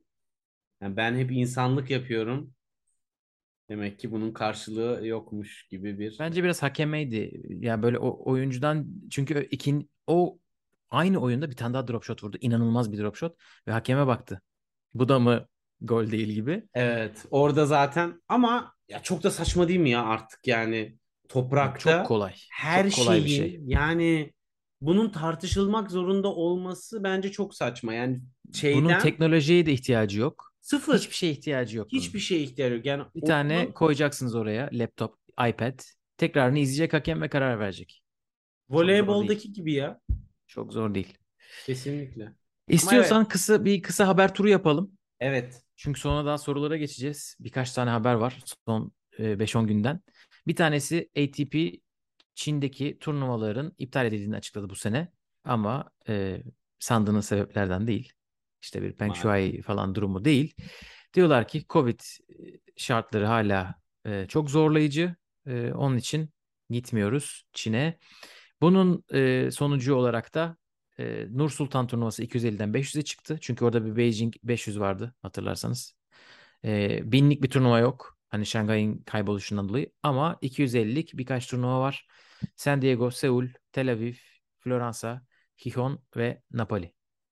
[SPEAKER 1] Yani ben hep insanlık yapıyorum. Demek ki bunun karşılığı yokmuş gibi bir.
[SPEAKER 2] Bence biraz hakemeydi. Ya böyle o oyuncudan çünkü ikin o aynı oyunda bir tane daha drop shot vurdu. İnanılmaz bir drop shot ve hakeme baktı. Bu da mı gol değil gibi.
[SPEAKER 1] Evet, orada zaten ama ya çok da saçma değil mi ya artık yani
[SPEAKER 2] Abi çok
[SPEAKER 1] toprakta
[SPEAKER 2] kolay.
[SPEAKER 1] her
[SPEAKER 2] Çok kolay bir şey.
[SPEAKER 1] şeyin yani bunun tartışılmak zorunda olması bence çok saçma. Yani
[SPEAKER 2] Bunun
[SPEAKER 1] şeyden
[SPEAKER 2] teknolojiye de ihtiyacı yok. Hiçbir
[SPEAKER 1] sıfır.
[SPEAKER 2] şeye ihtiyacı yok
[SPEAKER 1] Hiçbir
[SPEAKER 2] bunun.
[SPEAKER 1] şeye ihtiyacı yok. Yani
[SPEAKER 2] Bir tane
[SPEAKER 1] oyunun
[SPEAKER 2] koyacaksınız oraya laptop, iPad. Tekrarını izleyecek hakem ve karar verecek. Çok zor değil.
[SPEAKER 1] voleyboldaki gibi ya.
[SPEAKER 2] Çok zor değil.
[SPEAKER 1] Kesinlikle. Ama evet,
[SPEAKER 2] İstiyorsan kısa bir kısa haber turu yapalım.
[SPEAKER 1] evet
[SPEAKER 2] Çünkü sonra daha sorulara geçeceğiz. Birkaç tane haber var son e, beş on günden. Bir tanesi A T P Çin'deki turnuvaların iptal edildiğini açıkladı bu sene. Ama e, sandığınız sebeplerden değil. İşte bir Peng
[SPEAKER 1] maalesef.
[SPEAKER 2] Shuai falan durumu değil. Diyorlar ki Covid şartları hala e, çok zorlayıcı. E, onun için gitmiyoruz Çin'e. Bunun e, sonucu olarak da e, Nur Sultan turnuvası iki yüz elliden beş yüze çıktı. Çünkü orada bir Beijing beş yüz vardı hatırlarsanız. E, binlik bir turnuva yok. Hani Şangay'ın kayboluşundan dolayı. Ama iki yüz ellilik birkaç turnuva var. San Diego, Seul, Tel Aviv, Floransa, Gijón ve Napoli.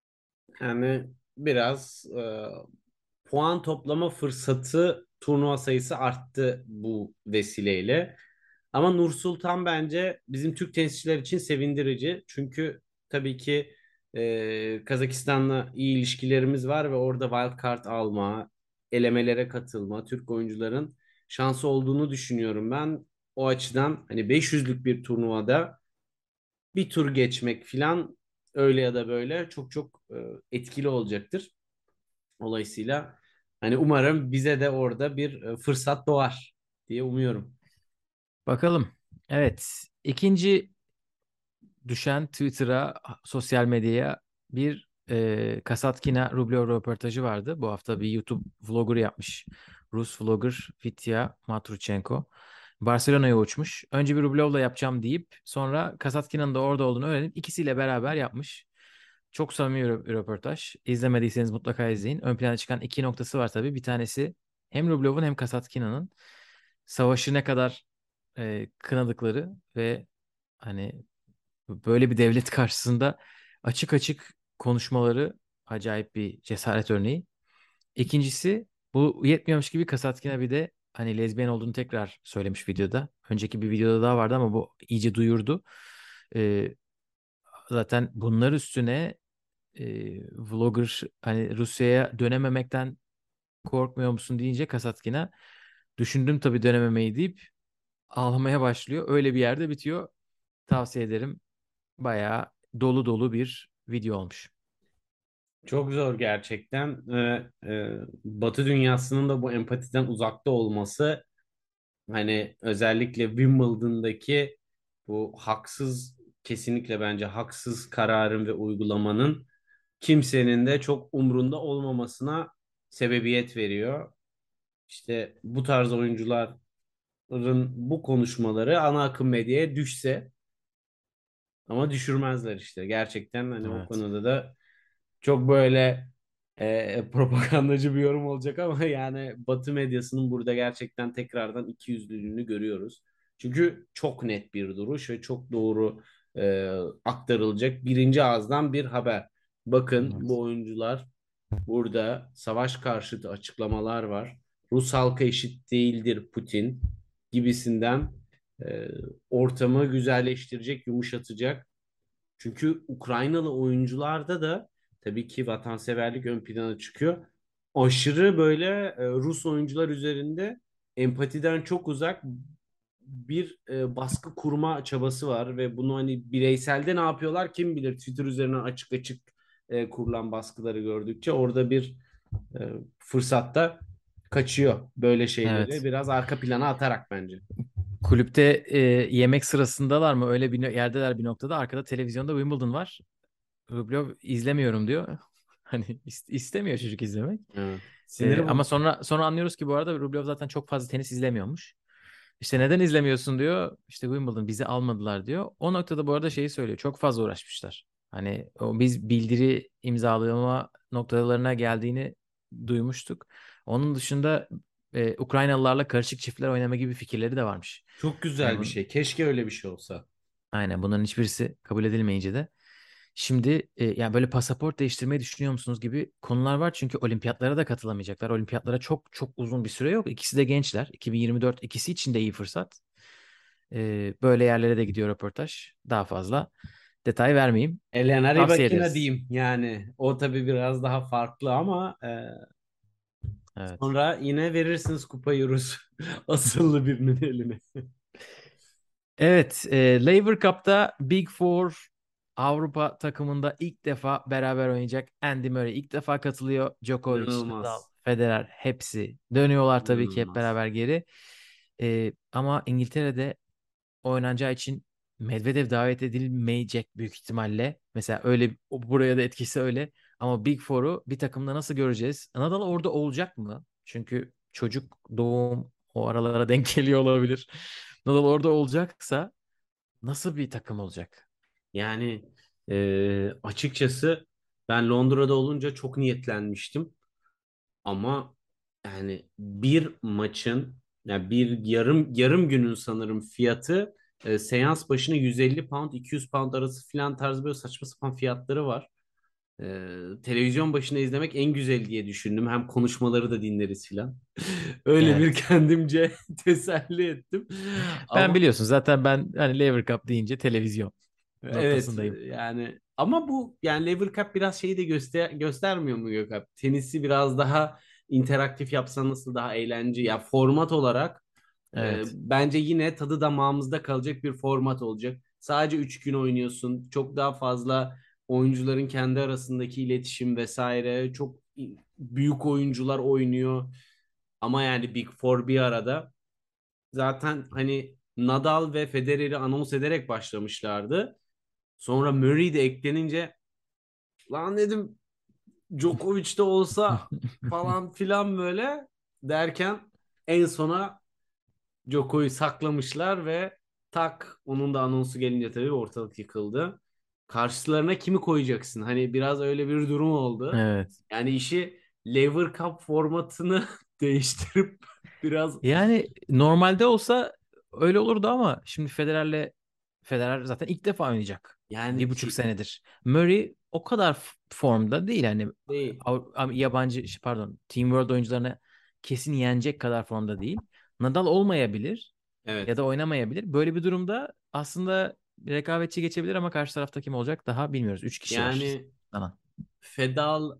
[SPEAKER 1] Yani biraz e, puan toplama fırsatı turnuva sayısı arttı bu vesileyle. Ama Nur Sultan bence bizim Türk tenisçiler için sevindirici. Çünkü tabii ki e, Kazakistan'la iyi ilişkilerimiz var ve orada wild card alma, elemelere katılma, Türk oyuncuların şansı olduğunu düşünüyorum ben. O açıdan hani beş yüzlük bir turnuvada bir tur geçmek filan öyle ya da böyle çok çok e, etkili olacaktır. Dolayısıyla hani umarım bize de orada bir e, fırsat doğar diye umuyorum.
[SPEAKER 2] Bakalım. Evet. İkinci düşen Twitter'a, sosyal medyaya bir e, Kasatkina Rublev röportajı vardı. Bu hafta bir YouTube vlogger yapmış. Rus vlogger Vitya Matruchenko. Barcelona'ya uçmuş. Önce bir Rublev'la yapacağım deyip sonra Kasatkina'nın da orada olduğunu öğrenip ikisiyle beraber yapmış. Çok samimi bir röportaj. İzlemediyseniz mutlaka izleyin. Ön plana çıkan iki noktası var tabii. Bir tanesi hem Rublev'in hem Kasatkina'nın savaşı ne kadar e, kınadıkları ve hani böyle bir devlet karşısında açık açık konuşmaları acayip bir cesaret örneği. İkincisi bu yetmiyormuş gibi Kasatkina bir de hani lezbiyen olduğunu tekrar söylemiş videoda. Önceki bir videoda daha vardı ama bu iyice duyurdu. Ee, zaten bunlar üstüne e, vlogger hani Rusya'ya dönememekten korkmuyor musun deyince Kasatkina düşündüm tabii dönememeyi deyip ağlamaya başlıyor. Öyle bir yerde bitiyor. Tavsiye ederim. Bayağı dolu dolu bir video olmuş.
[SPEAKER 1] Çok zor gerçekten. Ee, e, Batı dünyasının da bu empatiden uzakta olması, hani özellikle Wimbledon'daki bu haksız, kesinlikle bence haksız kararın ve uygulamanın kimsenin de çok umrunda olmamasına sebebiyet veriyor. İşte bu tarz oyuncuların bu konuşmaları ana akım medyaya düşse, ama düşürmezler işte. Gerçekten hani o
[SPEAKER 2] Evet.
[SPEAKER 1] konuda da çok böyle e, propagandacı bir yorum olacak ama yani Batı medyasının burada gerçekten tekrardan ikiyüzlülüğünü görüyoruz. Çünkü çok net bir duruş ve çok doğru e, aktarılacak birinci ağızdan bir haber. Bakın,
[SPEAKER 2] Evet.
[SPEAKER 1] bu oyuncular burada savaş karşıtı açıklamalar var. Rus halkı eşit değildir Putin gibisinden e, ortamı güzelleştirecek, yumuşatacak. Çünkü Ukraynalı oyuncularda da tabii ki vatanseverlik ön plana çıkıyor. Aşırı böyle e, Rus oyuncular üzerinde empatiden çok uzak bir e, baskı kurma çabası var ve bunu hani bireyselde ne yapıyorlar kim bilir. Twitter üzerinden açık açık e, kurulan baskıları gördükçe orada bir e, fırsatta kaçıyor böyle şeyleri
[SPEAKER 2] Evet.
[SPEAKER 1] biraz arka plana atarak bence.
[SPEAKER 2] Kulüpte e, yemek sırasındalar mı? Öyle bir no- yerdeler bir noktada. Arkada televizyonda Wimbledon var. Rublev izlemiyorum diyor. Hani is- istemiyor çocuk izlemek.
[SPEAKER 1] Evet.
[SPEAKER 2] E,
[SPEAKER 1] Siniri
[SPEAKER 2] ama
[SPEAKER 1] bozuk.
[SPEAKER 2] sonra sonra anlıyoruz ki bu arada Rublev zaten çok fazla tenis izlemiyormuş. İşte neden izlemiyorsun diyor. İşte Wimbledon bizi almadılar diyor. O noktada bu arada şeyi söylüyor. Çok fazla uğraşmışlar. Hani o biz bildiri imzalama noktalarına geldiğini duymuştuk. Onun dışında e, Ukraynalılarla karışık çiftler oynama gibi fikirleri de varmış.
[SPEAKER 1] Çok
[SPEAKER 2] Hani
[SPEAKER 1] güzel bir
[SPEAKER 2] bunun,
[SPEAKER 1] şey. Keşke öyle bir şey olsa.
[SPEAKER 2] aynen bunların hiçbirisi kabul edilmeyince de şimdi e, yani böyle pasaport değiştirmeyi düşünüyor musunuz gibi konular var. Çünkü olimpiyatlara da katılamayacaklar. Olimpiyatlara çok çok uzun bir süre yok. İkisi de gençler. iki bin yirmi dört ikisi için de iyi fırsat. E, böyle yerlere de gidiyor röportaj. Daha fazla detay vermeyeyim.
[SPEAKER 1] Elena
[SPEAKER 2] Tavsiye
[SPEAKER 1] Rybakina
[SPEAKER 2] ederiz.
[SPEAKER 1] diyeyim. Yani o tabii biraz daha farklı ama e,
[SPEAKER 2] Evet.
[SPEAKER 1] sonra yine verirsiniz kupayı Rus asıllı birinin eline.
[SPEAKER 2] Evet, e, Laver Cup'ta Big Four Avrupa takımında ilk defa beraber oynayacak Andy Murray ilk defa katılıyor. Djokovic, Nadal,
[SPEAKER 1] İnanılmaz.
[SPEAKER 2] Federer hepsi dönüyorlar tabii ki hep
[SPEAKER 1] İnanılmaz.
[SPEAKER 2] beraber geri. E, ama İngiltere'de oynanacağı için Medvedev davet edilmeyecek büyük ihtimalle. Mesela öyle o- buraya da etkisi öyle. Ama Big Four'u bir takımda nasıl göreceğiz? Nadal orada olacak mı? Çünkü çocuk doğum o aralara denk geliyor olabilir. Nadal orada olacaksa nasıl bir takım olacak?
[SPEAKER 1] Yani e, açıkçası ben Londra'da olunca çok niyetlenmiştim. Ama yani bir maçın, yani bir yarım yarım günün sanırım fiyatı e, seans başına yüz elli pound iki yüz pound arası filan tarz böyle saçma sapan fiyatları var. E, televizyon başında izlemek en güzel diye düşündüm. Hem konuşmaları da dinleriz filan. Öyle bir
[SPEAKER 2] Evet.
[SPEAKER 1] kendimce teselli ettim.
[SPEAKER 2] Ben
[SPEAKER 1] Ama
[SPEAKER 2] biliyorsun zaten ben hani Lever Cup deyince televizyon
[SPEAKER 1] evet,
[SPEAKER 2] noktasındayım.
[SPEAKER 1] yani ama bu yani Lever Cup biraz şeyi de göster göstermiyor mu Gökhan? Tenisi biraz daha interaktif yapsan nasıl daha eğlenceli ya, format olarak e,
[SPEAKER 2] Evet.
[SPEAKER 1] bence yine tadı damağımızda kalacak bir format olacak. Sadece üç gün oynuyorsun. Çok daha fazla oyuncuların kendi arasındaki iletişim vesaire. Çok büyük oyuncular oynuyor. Ama yani Big Four bir arada. Zaten hani Nadal ve Federer'i anons ederek başlamışlardı. Sonra Murray de eklenince lan dedim, Djokovic de olsa falan filan böyle derken en sona Djokovic'i saklamışlar ve tak, onun da anonsu gelince tabii ortalık yıkıldı. Karşılarına kimi koyacaksın? Hani biraz öyle bir durum oldu.
[SPEAKER 2] Evet.
[SPEAKER 1] Yani işi Lever Cup formatını değiştirip biraz
[SPEAKER 2] Yani normalde olsa öyle olurdu ama şimdi Federer'le Federer zaten ilk defa oynayacak.
[SPEAKER 1] yani
[SPEAKER 2] Bir buçuk
[SPEAKER 1] ki
[SPEAKER 2] senedir. Murray o kadar f- formda değil. Hani
[SPEAKER 1] değil.
[SPEAKER 2] Av- am- yabancı şey, pardon Team World oyuncularına kesin yenecek kadar formda değil. Nadal olmayabilir ya
[SPEAKER 1] Evet.
[SPEAKER 2] da oynamayabilir. Böyle bir durumda aslında rekabetçi geçebilir ama karşı tarafta kim olacak daha bilmiyoruz. Üç kişi var.
[SPEAKER 1] Yani
[SPEAKER 2] Sana.
[SPEAKER 1] Fedal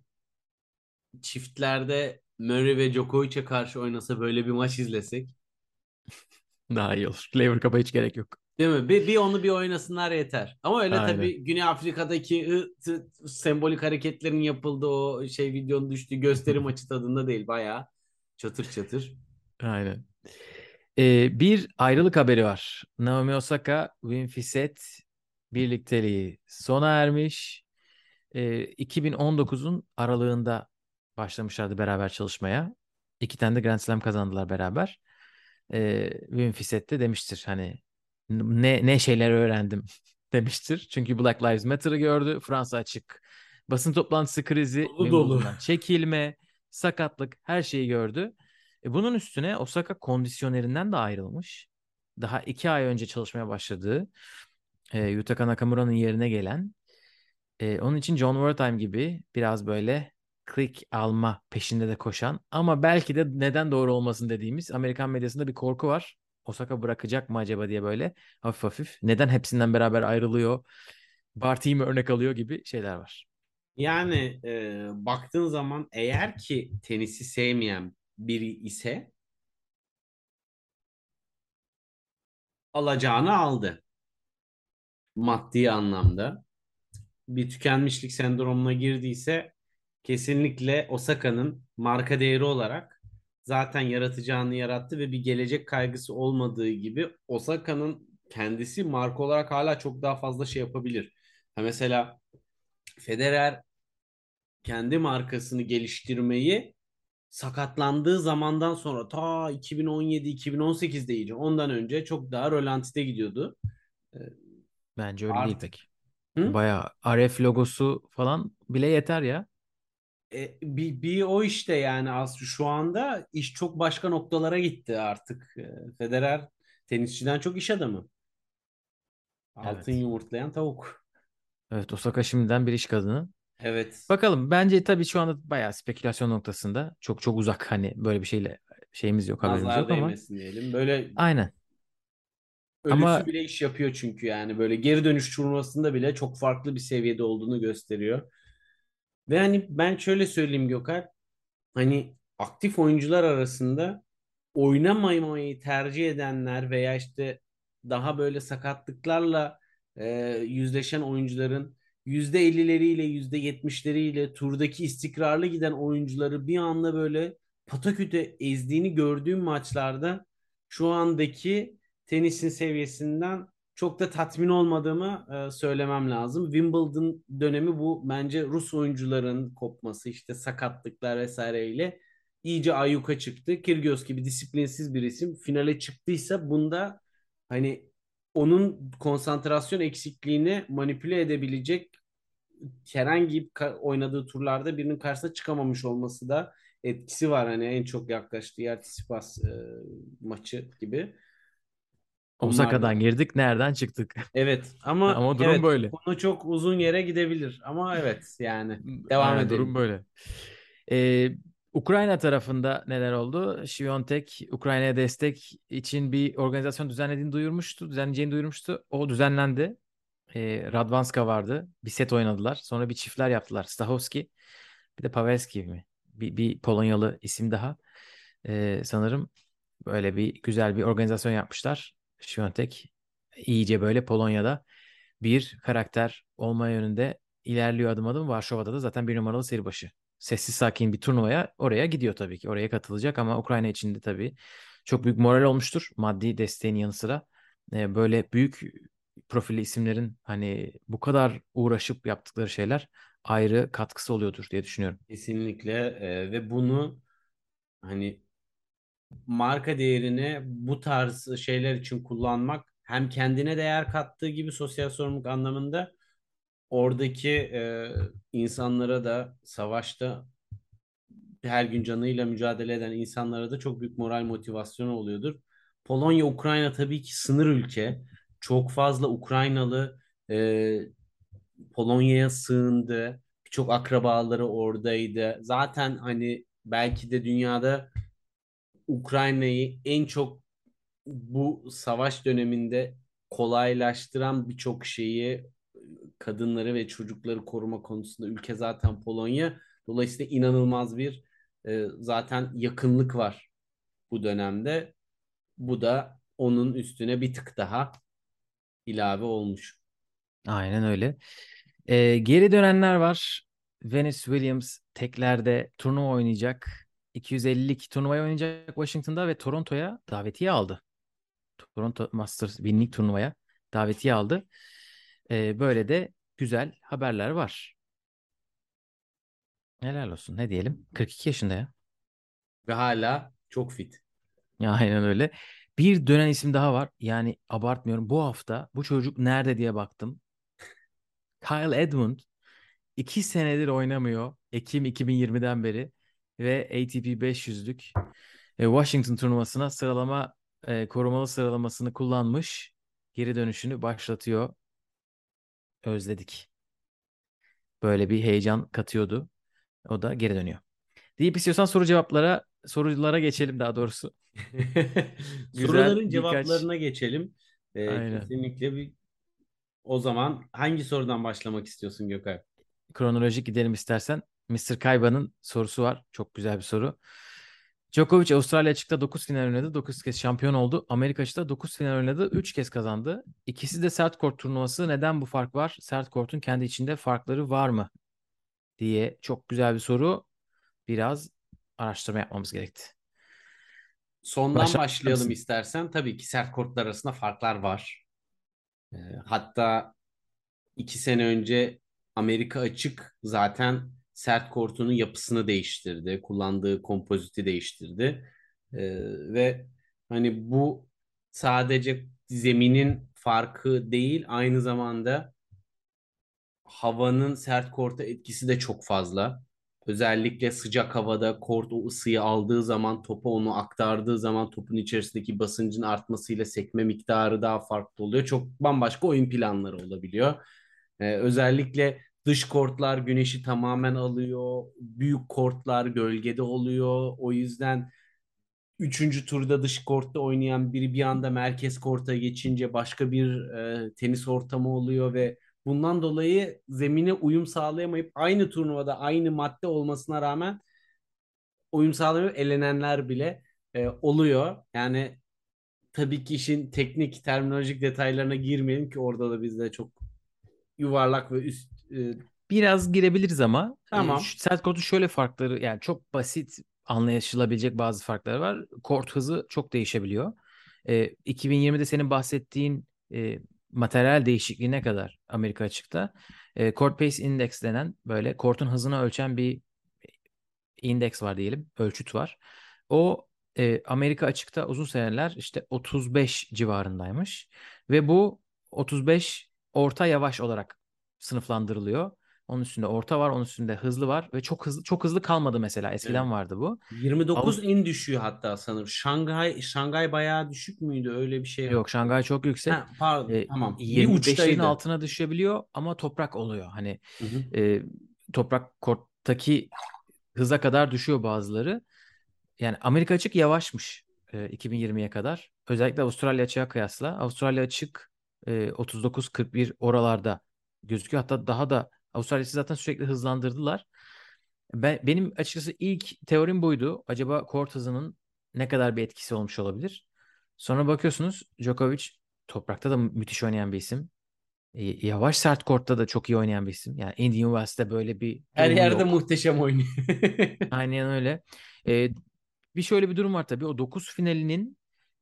[SPEAKER 1] çiftlerde Murray ve Djokovic'e karşı oynasa böyle bir maç izlesek.
[SPEAKER 2] Daha iyi olur. Lever Cup'a hiç gerek yok.
[SPEAKER 1] Değil mi? Bir, bir onu bir oynasınlar yeter. Ama öyle
[SPEAKER 2] Aynen.
[SPEAKER 1] tabii Güney Afrika'daki ı, tı, sembolik hareketlerin yapıldığı o şey videonun düştüğü gösteri maçı tadında değil. Bayağı çatır çatır.
[SPEAKER 2] Aynen. Ee, bir ayrılık haberi var. Naomi Osaka, Wim Fissette birlikteliği sona ermiş. Ee, iki bin on dokuzun aralığında başlamışlardı beraber çalışmaya. İki tane de Grand Slam kazandılar beraber. Ee, Wim Fissette de demiştir hani ne ne şeyler öğrendim demiştir. Çünkü Black Lives Matter'ı gördü. Fransa açık. Basın toplantısı krizi,
[SPEAKER 1] Dolu dolu.
[SPEAKER 2] Wimbledon'dan çekilme, sakatlık her şeyi gördü. E, bunun üstüne Osaka kondisyonerinden de ayrılmış. Daha iki ay önce çalışmaya başladığı e, Yutaka Nakamura'nın yerine gelen e, onun için John Wertheim gibi biraz böyle klik alma peşinde de koşan ama belki de neden doğru olmasın dediğimiz Amerikan medyasında bir korku var. Osaka bırakacak mı acaba diye böyle hafif hafif. Neden hepsinden beraber ayrılıyor? Barty'yi mi örnek alıyor gibi şeyler var.
[SPEAKER 1] Yani e, baktığın zaman eğer ki tenisi sevmeyen biri ise alacağını aldı maddi anlamda. Bir tükenmişlik sendromuna girdiyse kesinlikle Osaka'nın marka değeri olarak zaten yaratacağını yarattı ve bir gelecek kaygısı olmadığı gibi Osaka'nın kendisi marka olarak hala çok daha fazla şey yapabilir. Ha mesela Federer kendi markasını geliştirmeyi sakatlandığı zamandan sonra ta iki bin on yedi-iki bin on sekizde iyice ondan önce çok daha rölantide gidiyordu. Ee,
[SPEAKER 2] Bence öyle değil
[SPEAKER 1] Artık
[SPEAKER 2] pek.
[SPEAKER 1] hı?
[SPEAKER 2] Bayağı R F logosu falan bile yeter ya.
[SPEAKER 1] E, bir, bir o işte yani aslında şu anda iş çok başka noktalara gitti artık. E, Federer tenisçiden çok iş adamı. Altın
[SPEAKER 2] Evet.
[SPEAKER 1] yumurtlayan tavuk.
[SPEAKER 2] Evet, Osaka şimdiden bir iş kadını.
[SPEAKER 1] Evet.
[SPEAKER 2] Bakalım, bence tabii şu anda bayağı spekülasyon noktasında. Çok çok uzak, hani böyle bir şeyle şeyimiz yok, haberimiz
[SPEAKER 1] Nazar
[SPEAKER 2] yok ama
[SPEAKER 1] değmesin diyelim. Böyle
[SPEAKER 2] aynen.
[SPEAKER 1] ölüsü
[SPEAKER 2] Ama
[SPEAKER 1] bile iş yapıyor çünkü yani böyle geri dönüş turnuvasında bile çok farklı bir seviyede olduğunu gösteriyor. Ve hani ben şöyle söyleyeyim Gökhan. Hani aktif oyuncular arasında oynamamayı tercih edenler veya işte daha böyle sakatlıklarla e, yüzleşen oyuncuların yüzde ellileriyle yüzde yetmişleriyle turdaki istikrarlı giden oyuncuları bir anda böyle pataküte ezdiğini gördüğüm maçlarda şu andaki tenisin seviyesinden çok da tatmin olmadığımı e, söylemem lazım. Wimbledon dönemi bu bence Rus oyuncuların kopması işte sakatlıklar vesaireyle iyice ayyuka çıktı. Kyrgios gibi disiplinsiz bir isim finale çıktıysa bunda hani onun konsantrasyon eksikliğini manipüle edebilecek herhangi bir oynadığı turlarda birinin karşısına çıkamamış olması da etkisi var. Hani en çok yaklaştığı yer Tsitsipas e, maçı gibi. Onlar
[SPEAKER 2] Osaka'dan
[SPEAKER 1] da
[SPEAKER 2] girdik, nereden çıktık?
[SPEAKER 1] evet ama
[SPEAKER 2] Ama durum
[SPEAKER 1] evet
[SPEAKER 2] böyle.
[SPEAKER 1] konu çok uzun yere gidebilir ama evet yani devam
[SPEAKER 2] Aynen, durum
[SPEAKER 1] edelim.
[SPEAKER 2] böyle. Ee, Ukrayna tarafında neler oldu? Şiviyontek Ukrayna'ya destek için bir organizasyon düzenlediğini duyurmuştu. Düzenleyeceğini duyurmuştu. O düzenlendi. Ee, Radwanska vardı. Bir set oynadılar. Sonra bir çiftler yaptılar. Stachowski, bir de Pavelski mi? Bir, bir Polonyalı isim daha. Ee, sanırım böyle bir güzel bir organizasyon yapmışlar. Świątek iyice böyle Polonya'da bir karakter olma yönünde ilerliyor adım adım. Varşova'da da zaten bir numaralı seri başı. Sessiz sakin bir turnuvaya oraya gidiyor tabii ki. Oraya katılacak ama Ukrayna için de tabii çok büyük moral olmuştur. Maddi desteğin yanı sıra e, böyle büyük profilli isimlerin hani bu kadar uğraşıp yaptıkları şeyler ayrı katkısı oluyordur diye düşünüyorum.
[SPEAKER 1] Kesinlikle e, ve bunu hani marka değerini bu tarz şeyler için kullanmak hem kendine değer kattığı gibi sosyal sorumluluk anlamında oradaki e, insanlara da savaşta her gün canıyla mücadele eden insanlara da çok büyük moral motivasyonu oluyordur. Polonya, Ukrayna tabii ki sınır ülke. Çok fazla Ukraynalı e, Polonya'ya sığındı. Birçok akrabaları oradaydı. Zaten hani belki de dünyada Ukrayna'yı en çok bu savaş döneminde kolaylaştıran birçok şeyi kadınları ve çocukları koruma konusunda ülke zaten Polonya. Dolayısıyla inanılmaz bir e, zaten yakınlık var bu dönemde. Bu da onun üstüne bir tık daha ilave olmuş.
[SPEAKER 2] Aynen öyle. Ee, geri dönenler var. Venus Williams teklerde turnuva oynayacak. iki yüz ellilik turnuvayı oynayacak Washington'da ve Toronto'ya davetiye aldı. Toronto Masters binlik turnuvaya davetiye aldı. Ee, böyle de güzel haberler var. Helal olsun. Ne diyelim? kırk iki yaşında ya.
[SPEAKER 1] Ve hala çok fit.
[SPEAKER 2] Ya aynen öyle. Bir dönen isim daha var. Yani abartmıyorum. Bu hafta bu çocuk nerede diye baktım. Kyle Edmund iki senedir oynamıyor. Ekim iki bin yirmiden beri ve A T P beş yüzlük e, Washington turnuvasına sıralama e, korumalı sıralamasını kullanmış. Geri dönüşünü başlatıyor. Özledik. Böyle bir heyecan katıyordu. O da geri dönüyor. Deyip istiyorsan soru cevaplara sorulara geçelim daha doğrusu. Güzel
[SPEAKER 1] Soruların
[SPEAKER 2] birkaç.
[SPEAKER 1] cevaplarına geçelim. Ee,
[SPEAKER 2] Aynen.
[SPEAKER 1] kesinlikle bir o zaman hangi sorudan başlamak istiyorsun Gökay?
[SPEAKER 2] Kronolojik gidelim istersen. mister Kayba'nın sorusu var. Çok güzel bir soru. Djokovic Avustralya açıkta dokuz final oynadı. dokuz kez şampiyon oldu. Amerika açıkta dokuz final oynadı. üç kez kazandı. İkisi de sert kort turnuvası. Neden bu fark var? Sert kortun kendi içinde farkları var mı? Diye çok güzel bir soru. Biraz araştırma yapmamız gerekti.
[SPEAKER 1] Sondan
[SPEAKER 2] Başlar
[SPEAKER 1] başlayalım
[SPEAKER 2] mısın?
[SPEAKER 1] istersen. Tabii ki sert kortlar arasında farklar var. Ee, hatta iki sene önce Amerika açık zaten sert kortunun yapısını değiştirdi. Kullandığı kompoziti değiştirdi. Ee, ve hani bu sadece zeminin farkı değil, aynı zamanda havanın sert korta etkisi de çok fazla. Özellikle sıcak havada kort o ısıyı aldığı zaman, topa onu aktardığı zaman topun içerisindeki basıncın artmasıyla sekme miktarı daha farklı oluyor. Çok bambaşka oyun planları olabiliyor. Ee, özellikle dış kortlar güneşi tamamen alıyor. Büyük kortlar gölgede oluyor. O yüzden üçüncü turda dış kortta oynayan biri bir anda merkez korta geçince başka bir e, tenis ortamı oluyor ve bundan dolayı zemine uyum sağlayamayıp aynı turnuvada aynı madde olmasına rağmen uyum sağlayamayıp elenenler bile e, oluyor. Yani tabii ki işin teknik terminolojik detaylarına girmeyelim ki orada da bizde çok yuvarlak ve üst e,
[SPEAKER 2] Biraz girebiliriz ama e,
[SPEAKER 1] tamam.
[SPEAKER 2] şu- sert kortun şöyle farkları yani çok basit anlaşılabilecek bazı farkları var. Kort hızı çok değişebiliyor. E, iki bin yirmide senin bahsettiğin e, materyal değişikliği ne kadar Amerika açıkta? E, Court Pace Index denen böyle kortun hızını ölçen bir indeks var diyelim, ölçüt var. O e, Amerika açıkta uzun seneler işte otuz beş civarındaymış ve bu otuz beş orta yavaş olarak sınıflandırılıyor. Onun üstünde orta var, onun üstünde hızlı var ve çok hızlı çok hızlı kalmadı mesela.
[SPEAKER 1] Evet.
[SPEAKER 2] Eskiden vardı bu.
[SPEAKER 1] yirmi dokuz
[SPEAKER 2] Avust
[SPEAKER 1] en düşüğü hatta sanırım. Şanghay Şanghay bayağı düşük müydü? Öyle bir şey.
[SPEAKER 2] Yok, Şangay çok yüksek.
[SPEAKER 1] Ha, pardon,
[SPEAKER 2] E,
[SPEAKER 1] tamam. Bir
[SPEAKER 2] yirmi beşlerin
[SPEAKER 1] uçtaydı.
[SPEAKER 2] altına düşebiliyor ama toprak oluyor. Hani
[SPEAKER 1] Hı hı.
[SPEAKER 2] e, toprak korttaki hıza kadar düşüyor bazıları. Yani Amerika açık yavaşmış e, iki bin yirmiye kadar. Özellikle Avustralya açığa kıyasla. Avustralya açık e, otuz dokuz kırk bir oralarda gözüküyor. Hatta daha da Avustralya açığı zaten sürekli hızlandırdılar. Ben, benim açıkçası ilk teorim buydu. Acaba kort hızının ne kadar bir etkisi olmuş olabilir? Sonra bakıyorsunuz Djokovic toprakta da müthiş oynayan bir isim. E, yavaş sert kortta da çok iyi oynayan bir isim. Yani Indian Wells'te böyle bir
[SPEAKER 1] Her
[SPEAKER 2] durumu
[SPEAKER 1] yerde
[SPEAKER 2] yok.
[SPEAKER 1] muhteşem oynuyor.
[SPEAKER 2] Aynen öyle. E, bir şöyle bir durum var tabii. O dokuz finalinin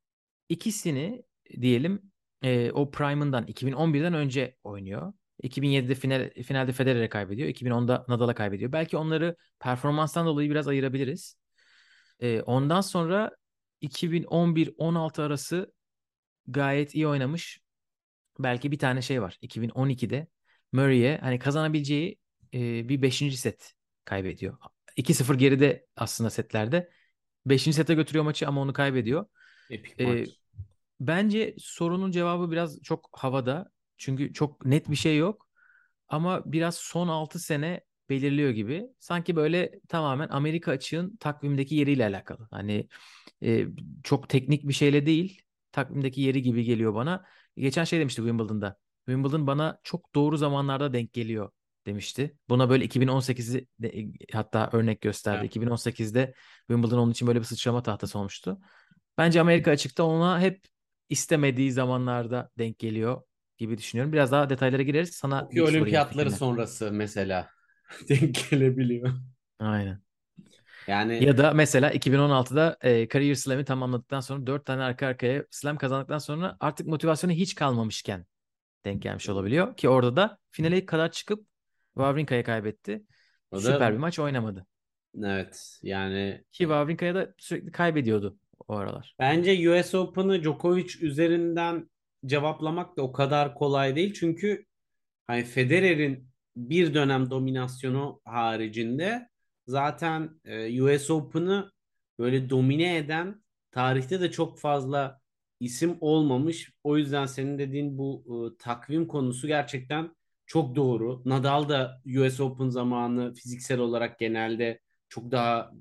[SPEAKER 2] ikisini diyelim e, o Prime'ından iki bin on birden önce oynuyor. iki bin yedide final, finalde Federer'e kaybediyor. iki bin onda Nadal'a kaybediyor. Belki onları performanstan dolayı biraz ayırabiliriz. E, ondan sonra iki bin on bir on altı arası gayet iyi oynamış. Belki bir tane şey var. iki bin on ikide Murray'e hani kazanabileceği e, bir beşinci set kaybediyor. iki sıfır geride aslında setlerde. Beşinci sete götürüyor maçı ama onu kaybediyor.
[SPEAKER 1] Epik
[SPEAKER 2] E,
[SPEAKER 1] maç.
[SPEAKER 2] Bence sorunun cevabı biraz çok havada. Çünkü çok net bir şey yok. Ama biraz son altı sene belirliyor gibi. Sanki böyle tamamen Amerika açığın takvimdeki yeriyle alakalı. Hani e, çok teknik bir şeyle değil, takvimdeki yeri gibi geliyor bana. Geçen şey demişti Wimbledon'da. Wimbledon bana çok doğru zamanlarda denk geliyor demişti. Buna böyle iki bin on sekizi de, hatta örnek gösterdi.
[SPEAKER 1] Evet.
[SPEAKER 2] iki bin on sekizde Wimbledon onun için böyle bir sıçrama tahtası olmuştu. Bence Amerika açıkta ona hep istemediği zamanlarda denk geliyor gibi düşünüyorum. Biraz daha detaylara gireriz. Sana
[SPEAKER 1] Tokyo
[SPEAKER 2] bir sorayım
[SPEAKER 1] Olimpiyatları
[SPEAKER 2] fikrini.
[SPEAKER 1] sonrası mesela denk gelebiliyor.
[SPEAKER 2] Aynen.
[SPEAKER 1] Yani
[SPEAKER 2] Ya da mesela iki bin on altıda e, Career Slam'i tamamladıktan sonra dört tane arka arkaya Slam kazandıktan sonra artık motivasyonu hiç kalmamışken denk gelmiş olabiliyor. Ki orada da finale kadar çıkıp Wawrinka'ya kaybetti.
[SPEAKER 1] o da
[SPEAKER 2] Süper bir maç oynamadı.
[SPEAKER 1] evet yani
[SPEAKER 2] Ki Wawrinka'ya da sürekli kaybediyordu o aralar.
[SPEAKER 1] bence U S Open'ı Djokovic üzerinden cevaplamak da o kadar kolay değil. Çünkü hani Federer'in bir dönem dominasyonu haricinde zaten e, U S Open'ı böyle domine eden tarihte de çok fazla isim olmamış. O yüzden senin dediğin bu e, takvim konusu gerçekten çok doğru. Nadal da U S Open zamanı fiziksel olarak genelde çok daha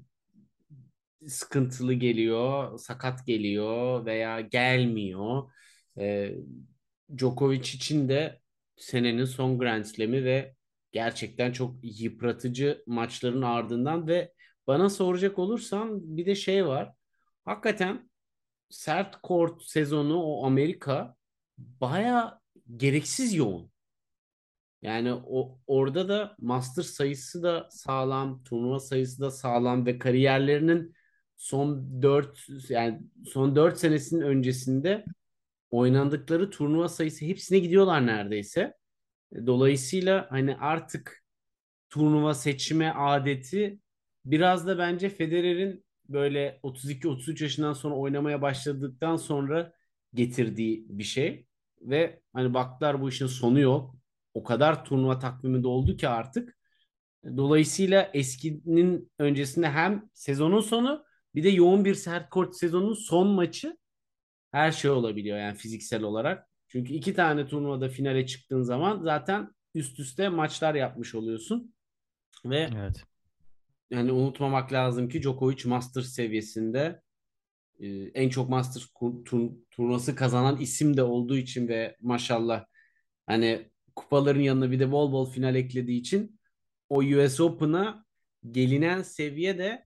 [SPEAKER 1] sıkıntılı geliyor, sakat geliyor veya gelmiyor. Ee, Djokovic için de senenin son Grand Slam'i ve gerçekten çok yıpratıcı maçların ardından ve bana soracak olursan bir de şey var. Hakikaten sert kort sezonu o Amerika baya gereksiz yoğun. Yani o orada da master sayısı da sağlam, turnuva sayısı da sağlam ve kariyerlerinin son dört yani son dört senesinin öncesinde oynandıkları turnuva sayısı hepsine gidiyorlar neredeyse. Dolayısıyla hani artık turnuva seçme adeti biraz da bence Federer'in böyle otuz iki otuz üç yaşından sonra oynamaya başladıktan sonra getirdiği bir şey. Ve hani baktılar bu işin sonu yok. O kadar turnuva takvimi doldu ki artık. Dolayısıyla eskinin öncesinde hem sezonun sonu bir de yoğun bir sert kort sezonun son maçı her şey olabiliyor yani fiziksel olarak. Çünkü iki tane turnuvada finale çıktığın zaman zaten üst üste maçlar yapmış oluyorsun. Ve
[SPEAKER 2] Evet.
[SPEAKER 1] yani unutmamak lazım ki Djokovic Masters seviyesinde e, en çok Masters kur- tur- turnuvası kazanan isim de olduğu için ve maşallah hani kupaların yanına bir de bol bol final eklediği için o U S Open'a gelinen seviye de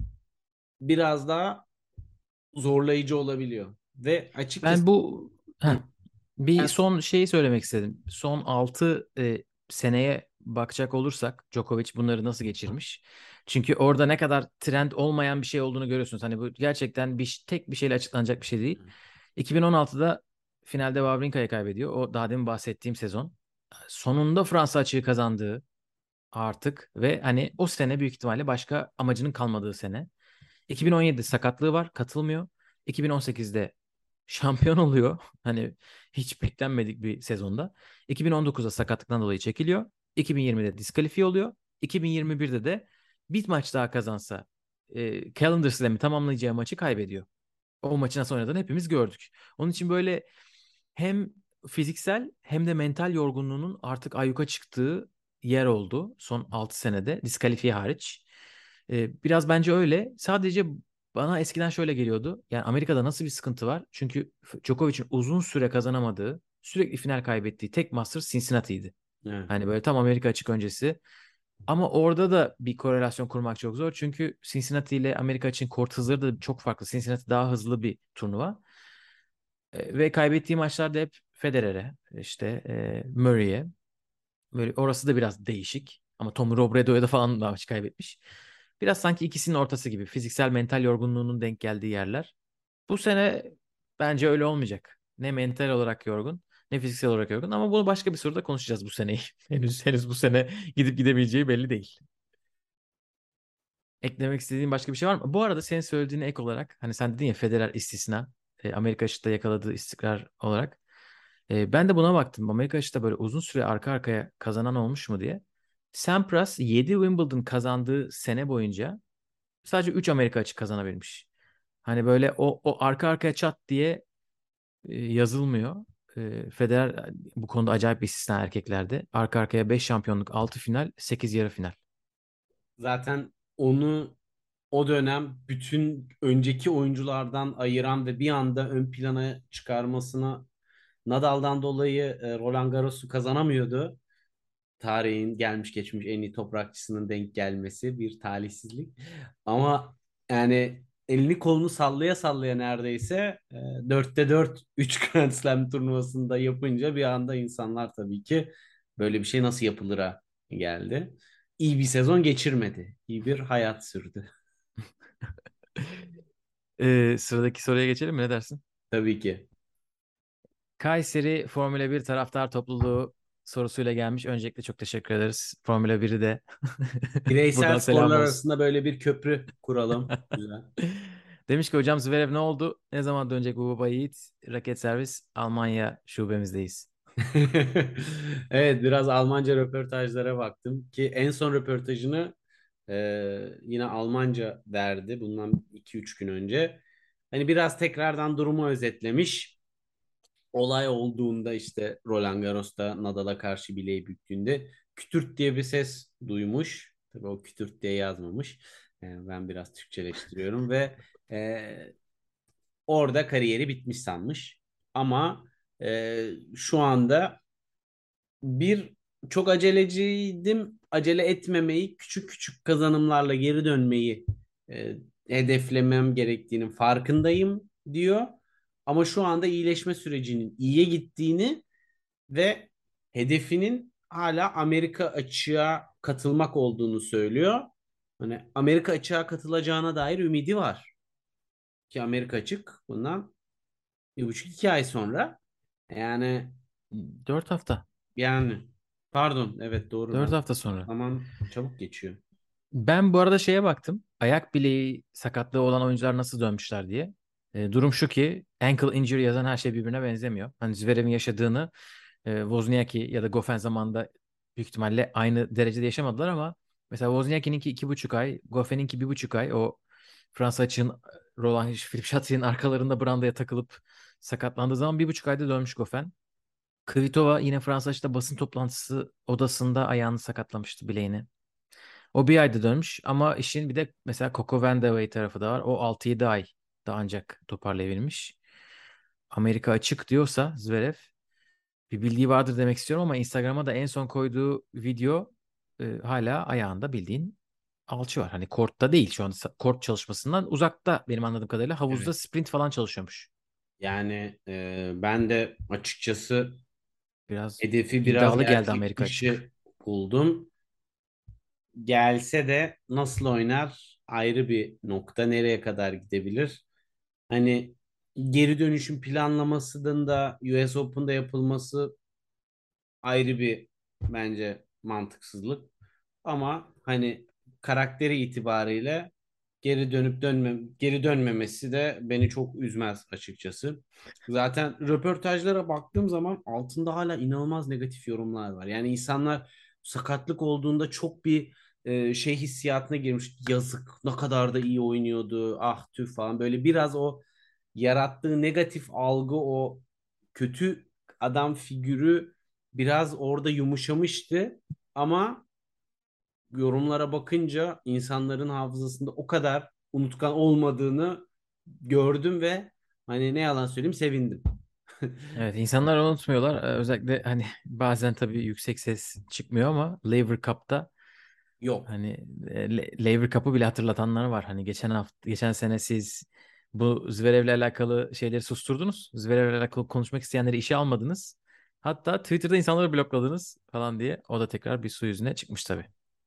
[SPEAKER 1] biraz daha zorlayıcı olabiliyor. Ve açıkçası
[SPEAKER 2] Ben bu heh,
[SPEAKER 1] hı,
[SPEAKER 2] bir
[SPEAKER 1] ben
[SPEAKER 2] son şeyi söylemek istedim. Son altı e, seneye bakacak olursak Djokovic bunları nasıl geçirmiş? Çünkü orada ne kadar trend olmayan bir şey olduğunu görüyorsunuz. Hani bu gerçekten bir tek bir şeyle açıklanacak bir şey değil. iki bin on altıda finalde Wawrinka'ya kaybediyor. O daha demin bahsettiğim sezon. Sonunda Fransa açığı kazandığı artık ve hani o sene büyük ihtimalle başka amacının kalmadığı sene. iki bin on yedide sakatlığı var, katılmıyor. iki bin on sekizde şampiyon oluyor. Hani hiç beklenmedik bir sezonda. iki bin on dokuzda sakatlıktan dolayı çekiliyor. iki bin yirmide diskalifiye oluyor. iki bin yirmi birde de bir maç daha kazansa e, Calendar Slam'i tamamlayacağı maçı kaybediyor. O maçı nasıl oynadığını hepimiz gördük. Onun için böyle hem fiziksel hem de mental yorgunluğunun artık ayyuka çıktığı yer oldu son altı senede diskalifiye hariç. Ee, biraz bence öyle. Sadece bana eskiden şöyle geliyordu. Yani Amerika'da nasıl bir sıkıntı var? Çünkü Djokovic'in uzun süre kazanamadığı, sürekli final kaybettiği tek Masters Cincinnati'ydi.
[SPEAKER 1] evet.
[SPEAKER 2] Hani böyle tam Amerika açık öncesi. Ama orada da bir korelasyon kurmak çok zor. Çünkü Cincinnati ile Amerika için kort hızları da çok farklı. Cincinnati daha hızlı bir turnuva. E, ve kaybettiği maçlarda hep Federer'e, işte e, Murray'e. Böyle orası da biraz değişik. Ama Tom Robredo'ya da falan da maç kaybetmiş. Biraz sanki ikisinin ortası gibi. Fiziksel mental yorgunluğunun denk geldiği yerler. Bu sene bence öyle olmayacak. Ne mental olarak yorgun, ne fiziksel olarak yorgun. Ama bunu başka bir soruda konuşacağız bu seneyi. Henüz henüz bu sene gidip gidebileceği belli değil. Eklemek istediğin başka bir şey var mı? Bu arada senin söylediğine ek olarak hani sen dedin ya Federer istisna. e, Amerika açıkta yakaladığı istikrar olarak. E, ben de buna baktım. Amerika açıkta böyle uzun süre arka arkaya kazanan olmuş mu diye. Sampras yedi Wimbledon kazandığı sene boyunca sadece üç Amerika açık kazanabilmiş. Hani böyle o, o arka arkaya çat diye e, yazılmıyor. E, Federer bu konuda acayip bir istisna erkeklerde. Arka arkaya beş şampiyonluk, altı final, sekiz yarı final.
[SPEAKER 1] Zaten onu o dönem bütün önceki oyunculardan ayıran ve bir anda ön plana çıkarmasına Nadal'dan dolayı e, Roland Garros'u kazanamıyordu. Tarihin gelmiş geçmiş en iyi toprakçısının denk gelmesi bir talihsizlik. Ama yani elini kolunu sallaya sallaya neredeyse e, dörtte dört üç Grand Slam turnuvasında yapınca bir anda insanlar tabii ki böyle bir şey nasıl yapılır'a geldi. İyi bir sezon geçirmedi. İyi bir hayat sürdü.
[SPEAKER 2] Ee, sıradaki soruya geçelim mi? Ne dersin?
[SPEAKER 1] Tabii ki.
[SPEAKER 2] Kayseri Formula bir taraftar topluluğu sorusuyla gelmiş. Öncelikle çok teşekkür ederiz. Formula biri de
[SPEAKER 1] Bireysel
[SPEAKER 2] buradan selam
[SPEAKER 1] sporlar
[SPEAKER 2] olsun.
[SPEAKER 1] arasında böyle bir köprü kuralım. Güzel.
[SPEAKER 2] Demiş ki hocam Zverev ne oldu? Ne zaman dönecek bu baba yiğit? Raket servis Almanya şubemizdeyiz.
[SPEAKER 1] Evet, biraz Almanca röportajlara baktım ki en son röportajını e, yine Almanca verdi bundan iki üç gün önce. Hani biraz tekrardan durumu özetlemiş. Olay olduğunda işte Roland Garros'ta Nadal'a karşı bileği büktüğünde kütürt diye bir ses duymuş. Tabii o kütürt diye yazmamış. Yani ben biraz Türkçeleştiriyorum ve e, orada kariyeri bitmiş sanmış. Ama e, şu anda bir çok aceleciydim. Acele etmemeyi, küçük küçük kazanımlarla geri dönmeyi e, hedeflemem gerektiğinin farkındayım diyor. Ama şu anda iyileşme sürecinin iyiye gittiğini ve hedefinin hala Amerika açığa katılmak olduğunu söylüyor. Hani Amerika açığa katılacağına dair ümidi var. Ki Amerika açık bundan bir buçuk iki ay sonra. Yani
[SPEAKER 2] Dört hafta.
[SPEAKER 1] yani pardon, evet doğru
[SPEAKER 2] Dört
[SPEAKER 1] lan.
[SPEAKER 2] hafta sonra.
[SPEAKER 1] Zaman çabuk geçiyor.
[SPEAKER 2] Ben bu arada şeye baktım. Ayak bileği sakatlığı olan oyuncular nasıl dönmüşler diye. E, durum şu ki ankle injury yazan her şey birbirine benzemiyor. Hani Zverev'in yaşadığını e, Wozniacki ya da Goffin zamanında büyük ihtimalle aynı derecede yaşamadılar ama mesela Wozniacki'ninki iki buçuk ay, Goffin'inki bir buçuk ay o Fransa açığın Roland Philippe Chatrier arkalarında brandaya takılıp sakatlandığı zaman bir buçuk ayda dönmüş Goffin. Kvitova yine Fransa açıkta basın toplantısı odasında ayağını sakatlamıştı bileğini. O bir ayda dönmüş ama işin bir de mesela Coco Vandeweghe tarafı da var. O altı yedi ay da ancak toparlayabilmiş. Amerika açık diyorsa Zverev bir bildiği vardır demek istiyorum ama Instagram'a da en son koyduğu video e, hala ayağında bildiğin alçı var. Hani kortta değil şu anda kort çalışmasından uzakta benim anladığım kadarıyla havuzda
[SPEAKER 1] Evet.
[SPEAKER 2] sprint falan çalışıyormuş.
[SPEAKER 1] Yani e, ben de açıkçası
[SPEAKER 2] Biraz
[SPEAKER 1] hedefi biraz
[SPEAKER 2] iddialı geldi
[SPEAKER 1] gerçek
[SPEAKER 2] Amerika
[SPEAKER 1] dışı
[SPEAKER 2] açık.
[SPEAKER 1] buldum. Gelse de nasıl oynar ayrı bir nokta. Nereye kadar gidebilir? Hani geri dönüşün planlamasının da U S Open'da yapılması ayrı bir bence mantıksızlık. Ama hani karakteri itibariyle geri dönüp dönme geri dönmemesi de beni çok üzmez açıkçası. Zaten röportajlara baktığım zaman altında hala inanılmaz negatif yorumlar var. Yani insanlar sakatlık olduğunda çok bir e, şey hissiyatına girmiş. Yazık, ne kadar da iyi oynuyordu. Ah tüh falan. Böyle biraz o yarattığı negatif algı, o kötü adam figürü biraz orada yumuşamıştı. Ama yorumlara bakınca insanların hafızasında o kadar unutkan olmadığını gördüm ve hani ne yalan söyleyeyim sevindim.
[SPEAKER 2] Evet insanlar unutmuyorlar. Ee, Özellikle hani bazen tabii yüksek ses çıkmıyor ama Lever Cup'ta
[SPEAKER 1] Yok.
[SPEAKER 2] hani e, Le- Lever Cup'ı bile hatırlatanlar var. Hani geçen hafta geçen sene siz bu Zverev'le alakalı şeyleri susturdunuz. Zverev'le alakalı konuşmak isteyenleri işe almadınız. Hatta Twitter'da insanları blokladınız falan diye. O da tekrar bir su yüzüne çıkmış tabii.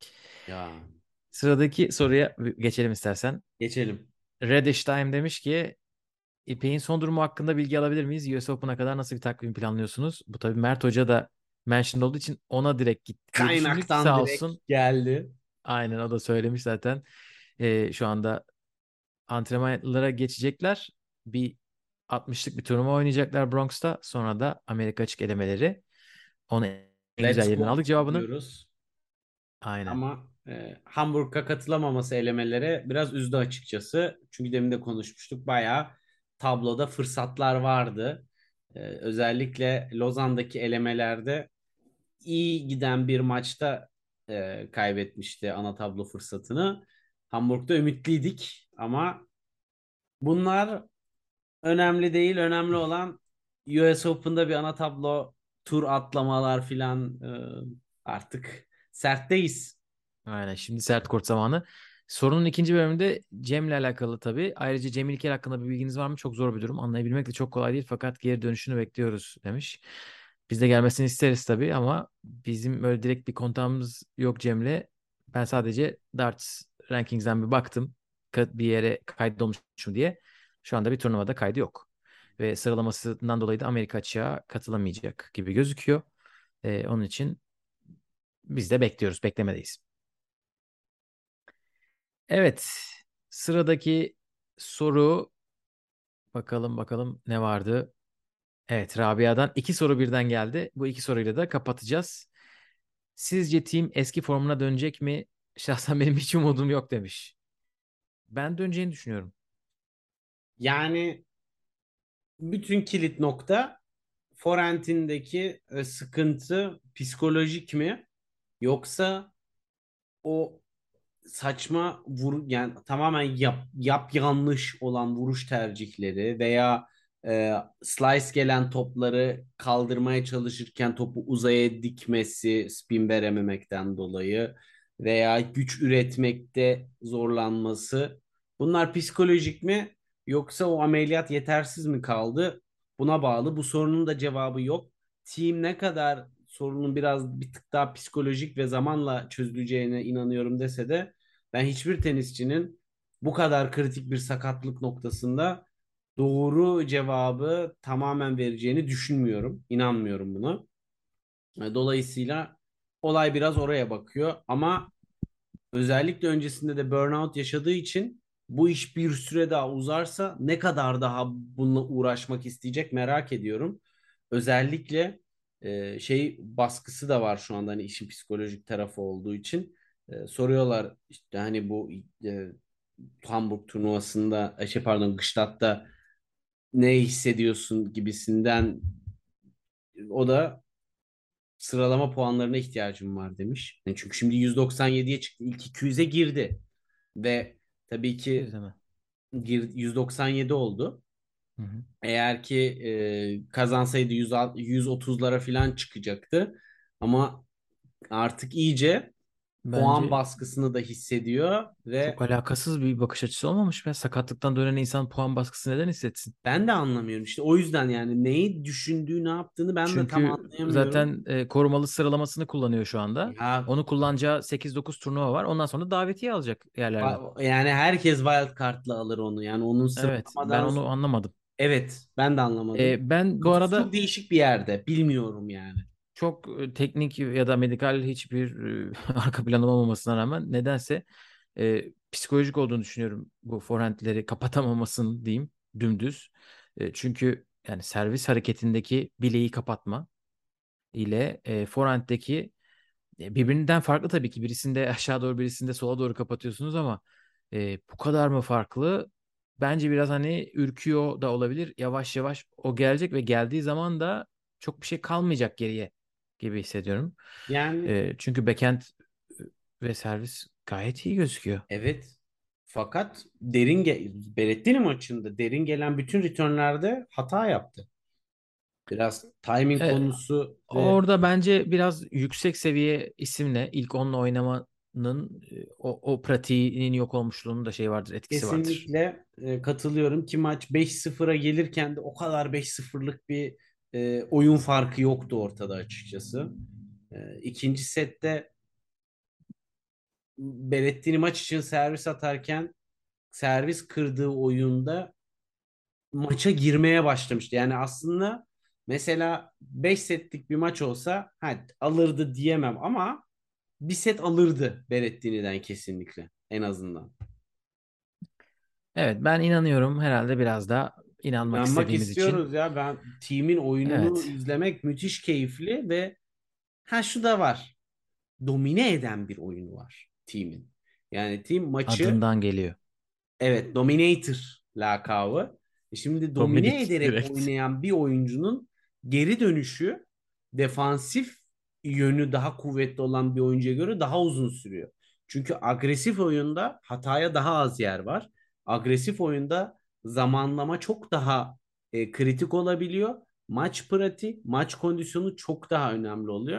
[SPEAKER 1] Ya
[SPEAKER 2] Sıradaki soruya geçelim istersen.
[SPEAKER 1] geçelim.
[SPEAKER 2] Reddish Time demiş ki İpek'in son durumu hakkında bilgi alabilir miyiz? U S Open'a kadar nasıl bir takvim planlıyorsunuz? Bu tabii Mert Hoca da mentioned olduğu için ona direkt gitti diye düşündük.
[SPEAKER 1] Kaynaktan
[SPEAKER 2] Sağ
[SPEAKER 1] direkt
[SPEAKER 2] olsun.
[SPEAKER 1] geldi.
[SPEAKER 2] Aynen o da söylemiş zaten. Ee, şu anda antrenmanlara geçecekler. Bir altmışlık bir turnuva oynayacaklar Bronx'ta. Sonra da Amerika açık elemeleri. Onu en güzel
[SPEAKER 1] Let's
[SPEAKER 2] yerinden
[SPEAKER 1] go
[SPEAKER 2] aldık cevabını.
[SPEAKER 1] diyoruz.
[SPEAKER 2] Aynen.
[SPEAKER 1] Ama e, Hamburg'a katılamaması elemelere biraz üzdü açıkçası. Çünkü demin de konuşmuştuk. Bayağı tabloda fırsatlar vardı. E, özellikle Lozan'daki elemelerde iyi giden bir maçta e, kaybetmişti ana tablo fırsatını. Hamburg'da ümitliydik ama bunlar önemli değil. Önemli olan U S Open'da bir ana tablo tur atlamalar filan, e, artık sertteyiz.
[SPEAKER 2] Aynen. Şimdi sert kort zamanı. Sorunun ikinci bölümünde Cem'le alakalı tabii. Ayrıca Cem İlker hakkında bir bilginiz var mı? Çok zor bir durum. Anlayabilmek de çok kolay değil fakat geri dönüşünü bekliyoruz demiş. Biz de gelmesini isteriz tabii ama bizim öyle direkt bir kontağımız yok Cem'le. Ben sadece Darts Rankings'den bir baktım. Ka- Bir yere kaydolmuş mu diye. Şu anda bir turnuvada kaydı yok. Ve sıralamasından dolayı da Amerika açığa katılamayacak gibi gözüküyor. Ee, onun için biz de bekliyoruz, beklemedeyiz. Evet, sıradaki soru bakalım bakalım ne vardı? Evet, Rabia'dan iki soru birden geldi. Bu iki soruyla da kapatacağız. Sizce team eski formuna dönecek mi? Şahsen benim hiç umudum yok demiş. Ben döneceğini düşünüyorum.
[SPEAKER 1] Yani bütün kilit nokta Forent'indeki e, sıkıntı psikolojik mi yoksa o saçma vur yani tamamen yap, yap yanlış olan vuruş tercihleri veya e, slice gelen topları kaldırmaya çalışırken topu uzaya dikmesi spin verememekten dolayı veya güç üretmekte zorlanması bunlar psikolojik mi yoksa o ameliyat yetersiz mi kaldı? Buna bağlı. Bu sorunun da cevabı yok. Team ne kadar sorunun biraz bir tık daha psikolojik ve zamanla çözüleceğine inanıyorum dese de ben hiçbir tenisçinin bu kadar kritik bir sakatlık noktasında doğru cevabı tamamen vereceğini düşünmüyorum. İnanmıyorum buna. Dolayısıyla olay biraz oraya bakıyor ama özellikle öncesinde de burnout yaşadığı için bu iş bir süre daha uzarsa ne kadar daha bununla uğraşmak isteyecek merak ediyorum. Özellikle e, şey baskısı da var şu anda hani işin psikolojik tarafı olduğu için. E, soruyorlar işte hani bu e, Hamburg turnuvasında e, şey pardon Gstaad'da ne hissediyorsun gibisinden o da sıralama puanlarına ihtiyacım var demiş. Yani çünkü şimdi yüz doksan yediye çıktı. İlk iki yüze girdi. Ve tabii ki
[SPEAKER 2] İzleme.
[SPEAKER 1] gir, yüz doksan yedi oldu.
[SPEAKER 2] Hı hı.
[SPEAKER 1] Eğer ki e, kazansaydı yüz, yüz otuzlara falan çıkacaktı. Ama artık iyice puan
[SPEAKER 2] Bence
[SPEAKER 1] baskısını da hissediyor
[SPEAKER 2] çok
[SPEAKER 1] ve
[SPEAKER 2] alakasız bir bakış açısı olmamış mı? Sakatlıktan dönen insan puan baskısı neden hissetsin?
[SPEAKER 1] ben de anlamıyorum. İşte o yüzden yani neyi düşündüğü, ne yaptığını ben de tam
[SPEAKER 2] Çünkü
[SPEAKER 1] anlayamıyorum.
[SPEAKER 2] zaten e, korumalı sıralamasını kullanıyor şu anda.
[SPEAKER 1] Ya
[SPEAKER 2] Onu kullanacağı sekiz dokuz turnuva var. Ondan sonra davetiye alacak yerlerden.
[SPEAKER 1] va- yani herkes wild kartla alır onu. Yani onun
[SPEAKER 2] Evet, ben
[SPEAKER 1] sıralamadan
[SPEAKER 2] onu anlamadım.
[SPEAKER 1] evet ben de anlamadım.
[SPEAKER 2] E, ben bu
[SPEAKER 1] Kafası çok
[SPEAKER 2] arada
[SPEAKER 1] değişik bir yerde. Bilmiyorum yani.
[SPEAKER 2] çok e, teknik ya da medikal hiçbir e, arka planım olmamasına rağmen nedense e, psikolojik olduğunu düşünüyorum bu forehandleri kapatamamasın diyeyim dümdüz. E, çünkü yani servis hareketindeki bileği kapatma ile e, forehand'deki e, birbirinden farklı tabii ki. Birisinde aşağı doğru birisinde sola doğru kapatıyorsunuz ama e, bu kadar mı farklı? Bence biraz hani ürküyor da olabilir. Yavaş yavaş o gelecek ve geldiği zaman da çok bir şey kalmayacak geriye gibi hissediyorum.
[SPEAKER 1] Yani
[SPEAKER 2] E, çünkü backhand ve servis gayet iyi gözüküyor.
[SPEAKER 1] evet. Fakat derin ge Berrettini maçında derin gelen bütün returnlerde hata yaptı. Biraz timing
[SPEAKER 2] E,
[SPEAKER 1] konusu ve
[SPEAKER 2] Orada bence biraz yüksek seviye isimle ilk onunla oynamanın e, o, o pratiğinin yok olmuşluğunun da şey vardır, etkisi vardır.
[SPEAKER 1] kesinlikle e, katılıyorum ki maç beş sıfıra gelirken de o kadar beş sıfırlık bir e, oyun farkı yoktu ortada açıkçası. E, ikinci sette Berrettini maç için servis atarken servis kırdığı oyunda maça girmeye başlamıştı. Yani aslında mesela beş setlik bir maç olsa ha, alırdı diyemem ama bir set alırdı Berrettini'den kesinlikle en azından.
[SPEAKER 2] Evet, ben inanıyorum herhalde biraz da inanmak
[SPEAKER 1] İnanmak
[SPEAKER 2] istediğimiz için.
[SPEAKER 1] istiyoruz ya ben team'in oyununu
[SPEAKER 2] Evet,
[SPEAKER 1] izlemek müthiş keyifli ve ha şu da var. Domine eden bir oyunu var team'in. Yani team maçı
[SPEAKER 2] adından geliyor.
[SPEAKER 1] evet, Dominator lakabı. E Şimdi domine
[SPEAKER 2] Dominik
[SPEAKER 1] ederek
[SPEAKER 2] direkt.
[SPEAKER 1] oynayan bir oyuncunun geri dönüşü defansif yönü daha kuvvetli olan bir oyuncuya göre daha uzun sürüyor. Çünkü agresif oyunda hataya daha az yer var. Agresif oyunda zamanlama çok daha e, kritik olabiliyor. Maç pratiği, maç kondisyonu çok daha önemli oluyor.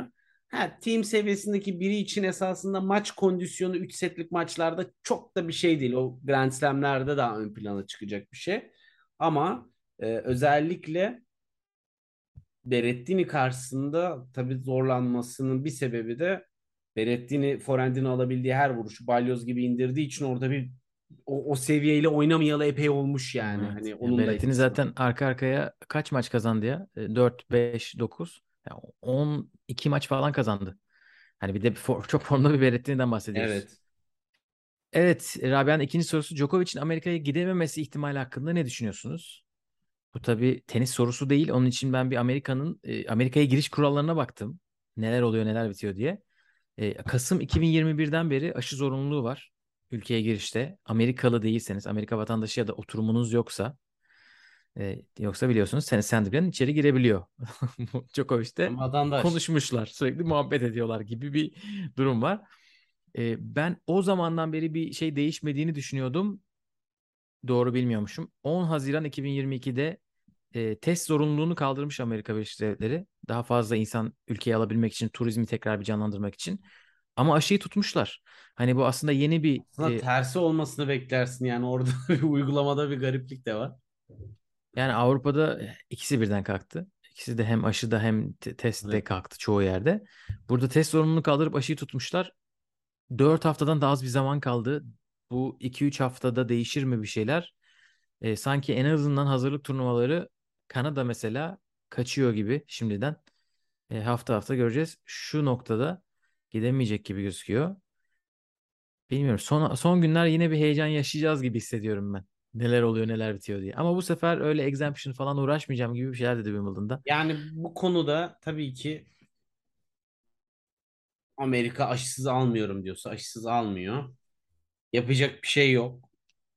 [SPEAKER 1] Ha, team seviyesindeki biri için esasında maç kondisyonu üç setlik maçlarda çok da bir şey değil. O Grand Slam'lerde daha ön plana çıkacak bir şey. Ama e, özellikle Berrettini karşısında tabii zorlanmasının bir sebebi de Berrettini forehand'ini alabildiği her vuruşu balyoz gibi indirdiği için orada bir o, o seviyeyle oynamayalı epey olmuş yani.
[SPEAKER 2] Evet.
[SPEAKER 1] Hani
[SPEAKER 2] Ya
[SPEAKER 1] onun da
[SPEAKER 2] Berrettini
[SPEAKER 1] etkisi var.
[SPEAKER 2] zaten arka arkaya kaç maç kazandı ya? E, dört, beş, dokuz. Ya on iki maç falan kazandı. Hani bir de bir for- çok formda bir Berrettini'den bahsediyoruz.
[SPEAKER 1] Evet.
[SPEAKER 2] Evet, Rabia'nın ikinci sorusu, Djokovic'in Amerika'ya gidememesi ihtimali hakkında ne düşünüyorsunuz? Bu tabii tenis sorusu değil. Onun için ben bir Amerika'nın e, Amerika'ya giriş kurallarına baktım. Neler oluyor, neler bitiyor diye. E, Kasım iki bin yirmi birden beri aşı zorunluluğu var ülkeye girişte. Amerikalı değilseniz, Amerika vatandaşı ya da oturumunuz yoksa, e, yoksa biliyorsunuz sen Sandgren içeri girebiliyor. Djokovic de
[SPEAKER 1] Ama vatandaş.
[SPEAKER 2] konuşmuşlar, sürekli muhabbet ediyorlar gibi bir durum var. E, ben o zamandan beri bir şey değişmediğini düşünüyordum. Doğru bilmiyormuşum. on Haziran iki bin yirmi ikide e, test zorunluluğunu kaldırmış Amerika Birleşik Devletleri. Daha fazla insan ülkeye alabilmek için, turizmi tekrar bir canlandırmak için. Ama aşıyı tutmuşlar. Hani bu aslında yeni bir
[SPEAKER 1] Aslında
[SPEAKER 2] e,
[SPEAKER 1] tersi olmasını beklersin yani orada bir uygulamada bir gariplik de var.
[SPEAKER 2] yani Avrupa'da ikisi birden kalktı. İkisi de hem aşıda hem te- testte
[SPEAKER 1] Evet.
[SPEAKER 2] kalktı çoğu yerde. Burada test zorunluluğunu kaldırıp aşıyı tutmuşlar. Dört haftadan daha az bir zaman kaldı. Bu iki üç haftada değişir mi bir şeyler? E, sanki en azından hazırlık turnuvaları Kanada mesela kaçıyor gibi şimdiden. E, hafta hafta göreceğiz. Şu noktada gidemeyecek gibi gözüküyor. Bilmiyorum. Son, son günler yine bir heyecan yaşayacağız gibi hissediyorum ben. Neler oluyor neler bitiyor diye. Ama bu sefer öyle exemption falan uğraşmayacağım gibi bir şeyler dedi Wimbledon'da.
[SPEAKER 1] Yani bu konuda tabii ki Amerika aşısız almıyorum diyorsa aşısız almıyor. Yapacak bir şey yok.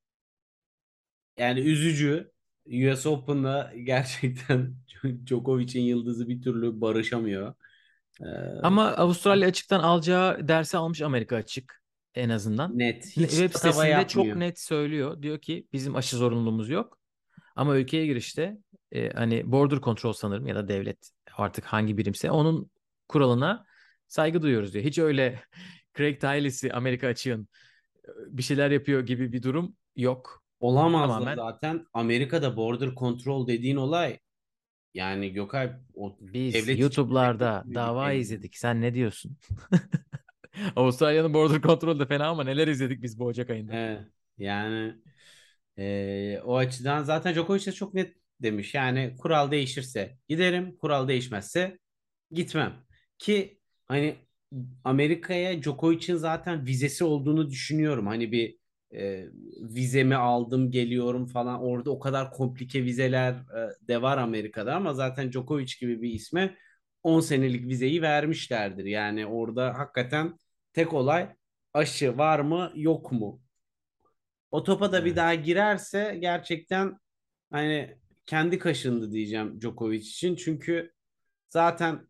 [SPEAKER 1] Yani üzücü. U S Open'da gerçekten Djokovic'in yıldızı bir türlü barışamıyor. Ee,
[SPEAKER 2] Ama Avustralya açıktan alacağı dersi almış Amerika açık en azından.
[SPEAKER 1] net.
[SPEAKER 2] Ne-
[SPEAKER 1] Hiç
[SPEAKER 2] Web
[SPEAKER 1] tatava
[SPEAKER 2] sitesinde çok
[SPEAKER 1] yapmıyor.
[SPEAKER 2] net söylüyor. Diyor ki bizim aşı zorunluluğumuz yok. Ama ülkeye girişte e, hani border control sanırım ya da devlet artık hangi birimse onun kuralına saygı duyuyoruz diyor. Hiç öyle Craig Tiley'si Amerika açığın e, bir şeyler yapıyor gibi bir durum yok.
[SPEAKER 1] Olamaz da
[SPEAKER 2] Tamamen
[SPEAKER 1] zaten Amerika'da border control dediğin olay yani Gökay o
[SPEAKER 2] biz
[SPEAKER 1] devlet içinde de
[SPEAKER 2] YouTube'larda
[SPEAKER 1] kötü bir
[SPEAKER 2] dava
[SPEAKER 1] şey.
[SPEAKER 2] izledik. Sen ne diyorsun? Avustralya'nın border control de fena ama neler izledik biz bu Ocak ayında.
[SPEAKER 1] Evet, yani e, o açıdan zaten Djokovic de çok net demiş. Yani kural değişirse giderim, kural değişmezse gitmem. Ki hani Amerika'ya Djokovic'in zaten vizesi olduğunu düşünüyorum. Hani bir e, vizemi aldım geliyorum falan. Orada o kadar komplike vizeler e, de var Amerika'da ama zaten Djokovic gibi bir isme on senelik vizeyi vermişlerdir. Yani orada hakikaten tek olay aşı var mı yok mu? O topa da bir
[SPEAKER 2] Evet.
[SPEAKER 1] daha girerse gerçekten hani kendi kaşındı diyeceğim Djokovic için. Çünkü zaten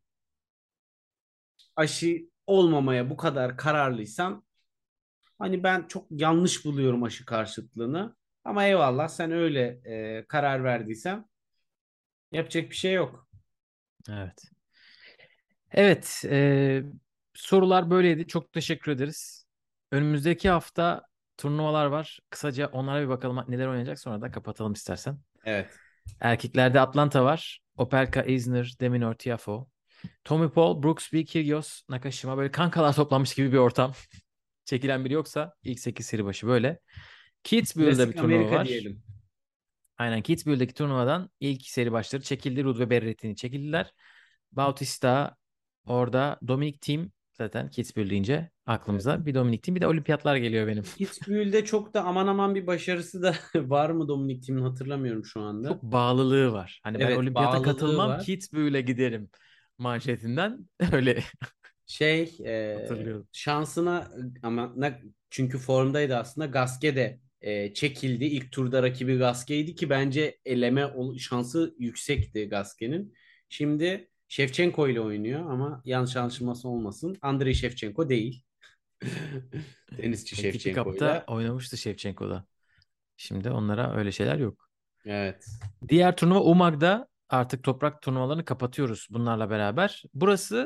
[SPEAKER 1] aşı olmamaya bu kadar kararlıysan hani ben çok yanlış buluyorum aşı karşıtlığını. Ama eyvallah sen öyle e, karar verdiysen yapacak bir şey yok.
[SPEAKER 2] Evet. Evet, e, sorular böyleydi. Çok teşekkür ederiz. Önümüzdeki hafta turnuvalar var. Kısaca onlara bir bakalım neler oynayacak. Sonra da kapatalım istersen.
[SPEAKER 1] Evet.
[SPEAKER 2] Erkeklerde Atlanta var. Opelka, Isner, Deminor, Tiafoe. Tommy Paul, Brooksby, Kyrgios, Nakashima. Böyle kankalar toplanmış gibi bir ortam. Çekilen biri yoksa ilk sekiz seri başı böyle. Kitzbühel'de bir
[SPEAKER 1] Klasik
[SPEAKER 2] turnuva
[SPEAKER 1] Amerika
[SPEAKER 2] var.
[SPEAKER 1] diyelim.
[SPEAKER 2] Aynen Kitzbühel'deki turnuvadan ilk seri başları çekildi. Ruud ve Berrettini çekildiler. Bautista orada. Dominic Thiem zaten Kitzbühel deyince
[SPEAKER 1] Evet.
[SPEAKER 2] aklımıza bir Dominic Thiem bir de olimpiyatlar geliyor benim.
[SPEAKER 1] Kitzbühel'de çok da aman aman bir başarısı da var mı Dominik Thiemin hatırlamıyorum şu anda.
[SPEAKER 2] Çok bağlılığı var. Hani ben
[SPEAKER 1] Evet,
[SPEAKER 2] olimpiyata
[SPEAKER 1] bağlılığı
[SPEAKER 2] katılmam
[SPEAKER 1] var.
[SPEAKER 2] Kitzbühel'e giderim manşetinden öyle
[SPEAKER 1] Şey e,
[SPEAKER 2] hatırlıyorum.
[SPEAKER 1] şansına ama ne- çünkü formdaydı aslında Gasquet de e, çekildi. İlk turda rakibi Gasquet'ydi ki bence eleme ol- şansı yüksekti Gasquet'in. Şimdi Shevchenko ile oynuyor ama yanlış anlaşılması olmasın. Andrei Shevchenko değil. Tenisçi
[SPEAKER 2] A T P
[SPEAKER 1] Shevchenko
[SPEAKER 2] Cup'ta
[SPEAKER 1] ile.
[SPEAKER 2] oynamıştı Shevchenko'da. Şimdi onlara öyle şeyler yok.
[SPEAKER 1] Evet.
[SPEAKER 2] Diğer turnuva Umag'da artık toprak turnuvalarını kapatıyoruz bunlarla beraber. Burası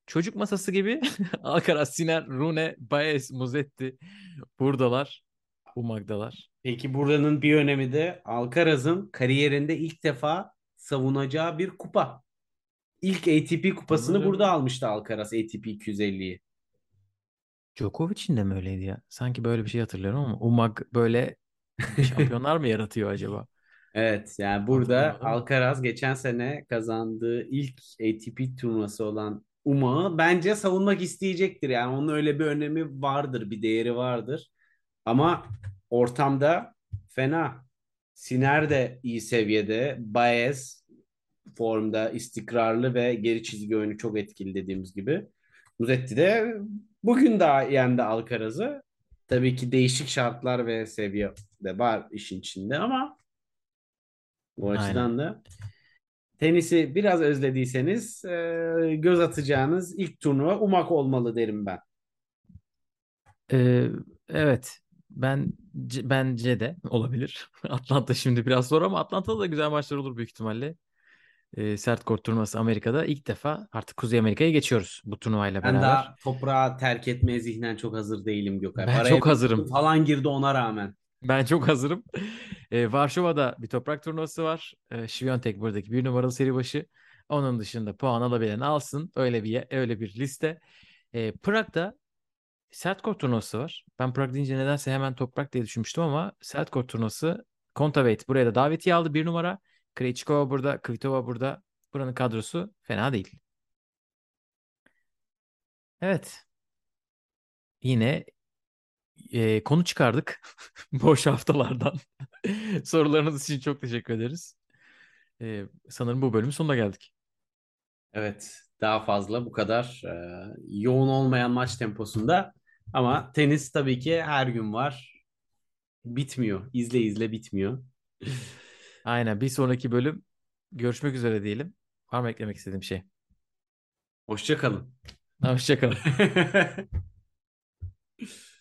[SPEAKER 2] çocuk masası gibi Alcaraz, Sinner, Rune, Baez, Musetti buradalar. Umag'dalar.
[SPEAKER 1] Peki buranın bir önemi de Alcaraz'ın kariyerinde ilk defa savunacağı bir kupa. İlk A T P kupasını burada
[SPEAKER 2] Anladım.
[SPEAKER 1] almıştı Alcaraz, A T P iki yüz elliyi.
[SPEAKER 2] Djokovic'in de mi öyleydi ya? Sanki böyle bir şey hatırlıyorum ama Umag böyle şampiyonlar mı yaratıyor acaba?
[SPEAKER 1] Evet, yani burada
[SPEAKER 2] Hatırlayamadım ama.
[SPEAKER 1] Alcaraz geçen sene kazandığı ilk A T P turnuvası olan Umag'ı bence savunmak isteyecektir. Yani onun öyle bir önemi vardır, bir değeri vardır. Ama ortamda fena. Sinner de iyi seviyede. Baez formda, istikrarlı ve geri çizgi oyunu çok etkili dediğimiz gibi. Musetti de bugün daha yendi Alcaraz'ı. Tabii ki değişik şartlar ve seviye de var işin içinde ama bu
[SPEAKER 2] Aynen.
[SPEAKER 1] açıdan da tenisi biraz özlediyseniz e, göz atacağınız ilk turnuva Umag olmalı derim ben.
[SPEAKER 2] Ee, evet. Ben c- bence de olabilir. Atlanta şimdi biraz zor ama Atlanta'da da güzel maçlar olur büyük ihtimalle. Ee, sert kort turnuvası Amerika'da ilk defa artık Kuzey Amerika'ya geçiyoruz bu turnuvayla
[SPEAKER 1] Ben
[SPEAKER 2] beraber.
[SPEAKER 1] daha toprağı terk etmeye zihnen çok hazır değilim Gökalp.
[SPEAKER 2] Ben
[SPEAKER 1] Araya
[SPEAKER 2] çok
[SPEAKER 1] bir oyun
[SPEAKER 2] hazırım.
[SPEAKER 1] falan girdi ona rağmen.
[SPEAKER 2] Ben çok hazırım. Ee, Varşova'da bir toprak turnuvası var. Ee, Świątek buradaki bir numaralı seri başı. Onun dışında puan alabilen alsın. Öyle bir öyle bir liste. Ee, Prag'da sert kort turnuvası var. Ben Prag deyince nedense hemen toprak diye düşünmüştüm ama sert kort turnuvası. Kontaveit buraya da davetiye aldı bir numara. Krejcikova burada, Kvitova burada. Buranın kadrosu fena değil. Evet. Yine e, konu çıkardık. Boş haftalardan. Sorularınız için çok teşekkür ederiz. E, sanırım bu bölümün sonuna geldik.
[SPEAKER 1] Evet, daha fazla bu kadar e, yoğun olmayan maç temposunda ama tenis tabii ki her gün var. Bitmiyor. İzle izle bitmiyor.
[SPEAKER 2] Aynen bir sonraki bölüm görüşmek üzere diyelim. Var mı eklemek istediğim şey?
[SPEAKER 1] Hoşça kalın.
[SPEAKER 2] Hoşça kalın.